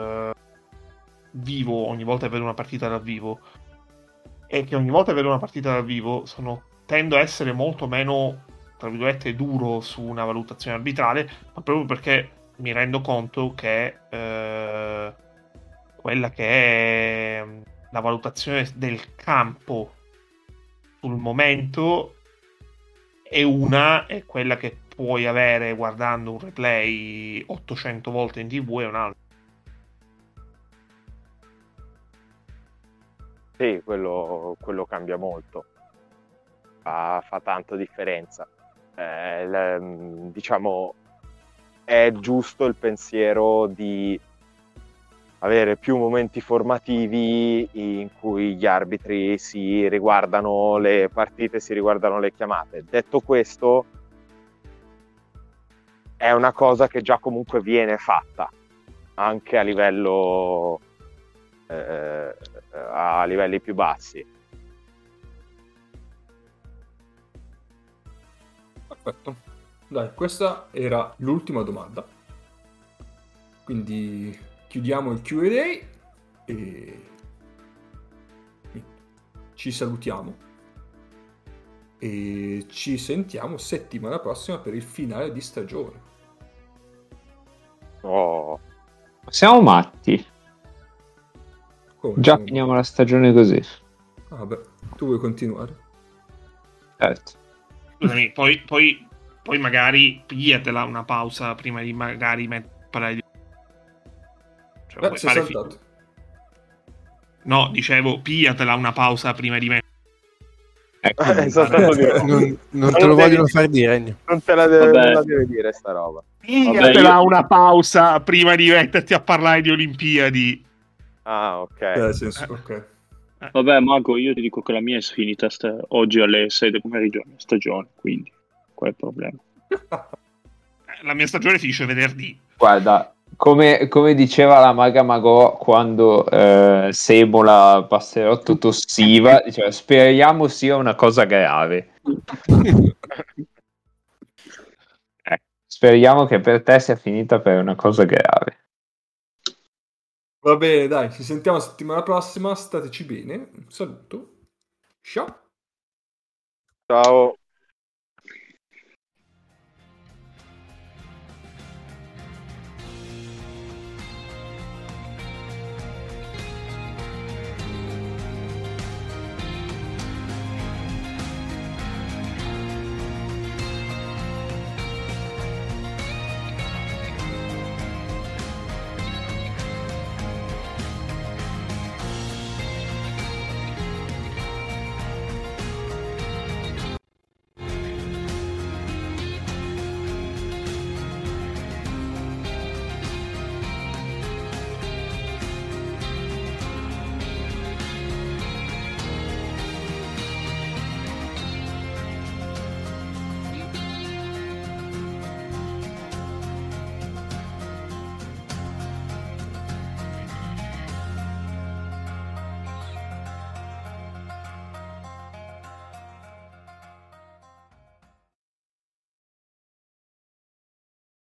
vivo ogni volta che vedo una partita dal vivo è che ogni volta che vedo una partita dal vivo tendo a essere molto meno, tra virgolette, duro su una valutazione arbitrale, ma proprio perché mi rendo conto che quella che è la valutazione del campo sul momento è quella che puoi avere guardando un replay 800 volte in TV è un'altra. Sì, quello cambia molto, fa tanto differenza. Diciamo, è giusto il pensiero di avere più momenti formativi in cui gli arbitri si riguardano le partite, si riguardano le chiamate. Detto questo, è una cosa che già comunque viene fatta anche a livello a livelli più bassi. Perfetto. Dai, questa era l'ultima domanda. Quindi chiudiamo il Q&A e ci salutiamo e ci sentiamo settimana prossima per il finale di stagione. Oh. Siamo matti. Come Già siamo finiamo la stagione così. Vabbè, tu vuoi continuare? Certo. Scusami, poi magari pigliatela una pausa prima di magari parlare di... Cioè, Beh, sei saltato. No, dicevo, pigliatela una pausa prima di me. Ecco, non te lo vogliono far dire. Non te la deve dire sta roba. Pigliatela una pausa prima di metterti a parlare di Olimpiadi. Ah, ok. Senso, ok. Vabbè, Marco, io ti dico che la mia è finita oggi alle 6 del pomeriggio, la mia stagione, quindi qual è il problema? La mia stagione finisce venerdì. Guarda, come diceva la Maga Magò quando Semola Passerotto tossiva, diceva, speriamo sia una cosa grave. Speriamo che per te sia finita per una cosa grave. Va bene, dai, ci sentiamo settimana prossima, stateci bene, un saluto, ciao. Ciao.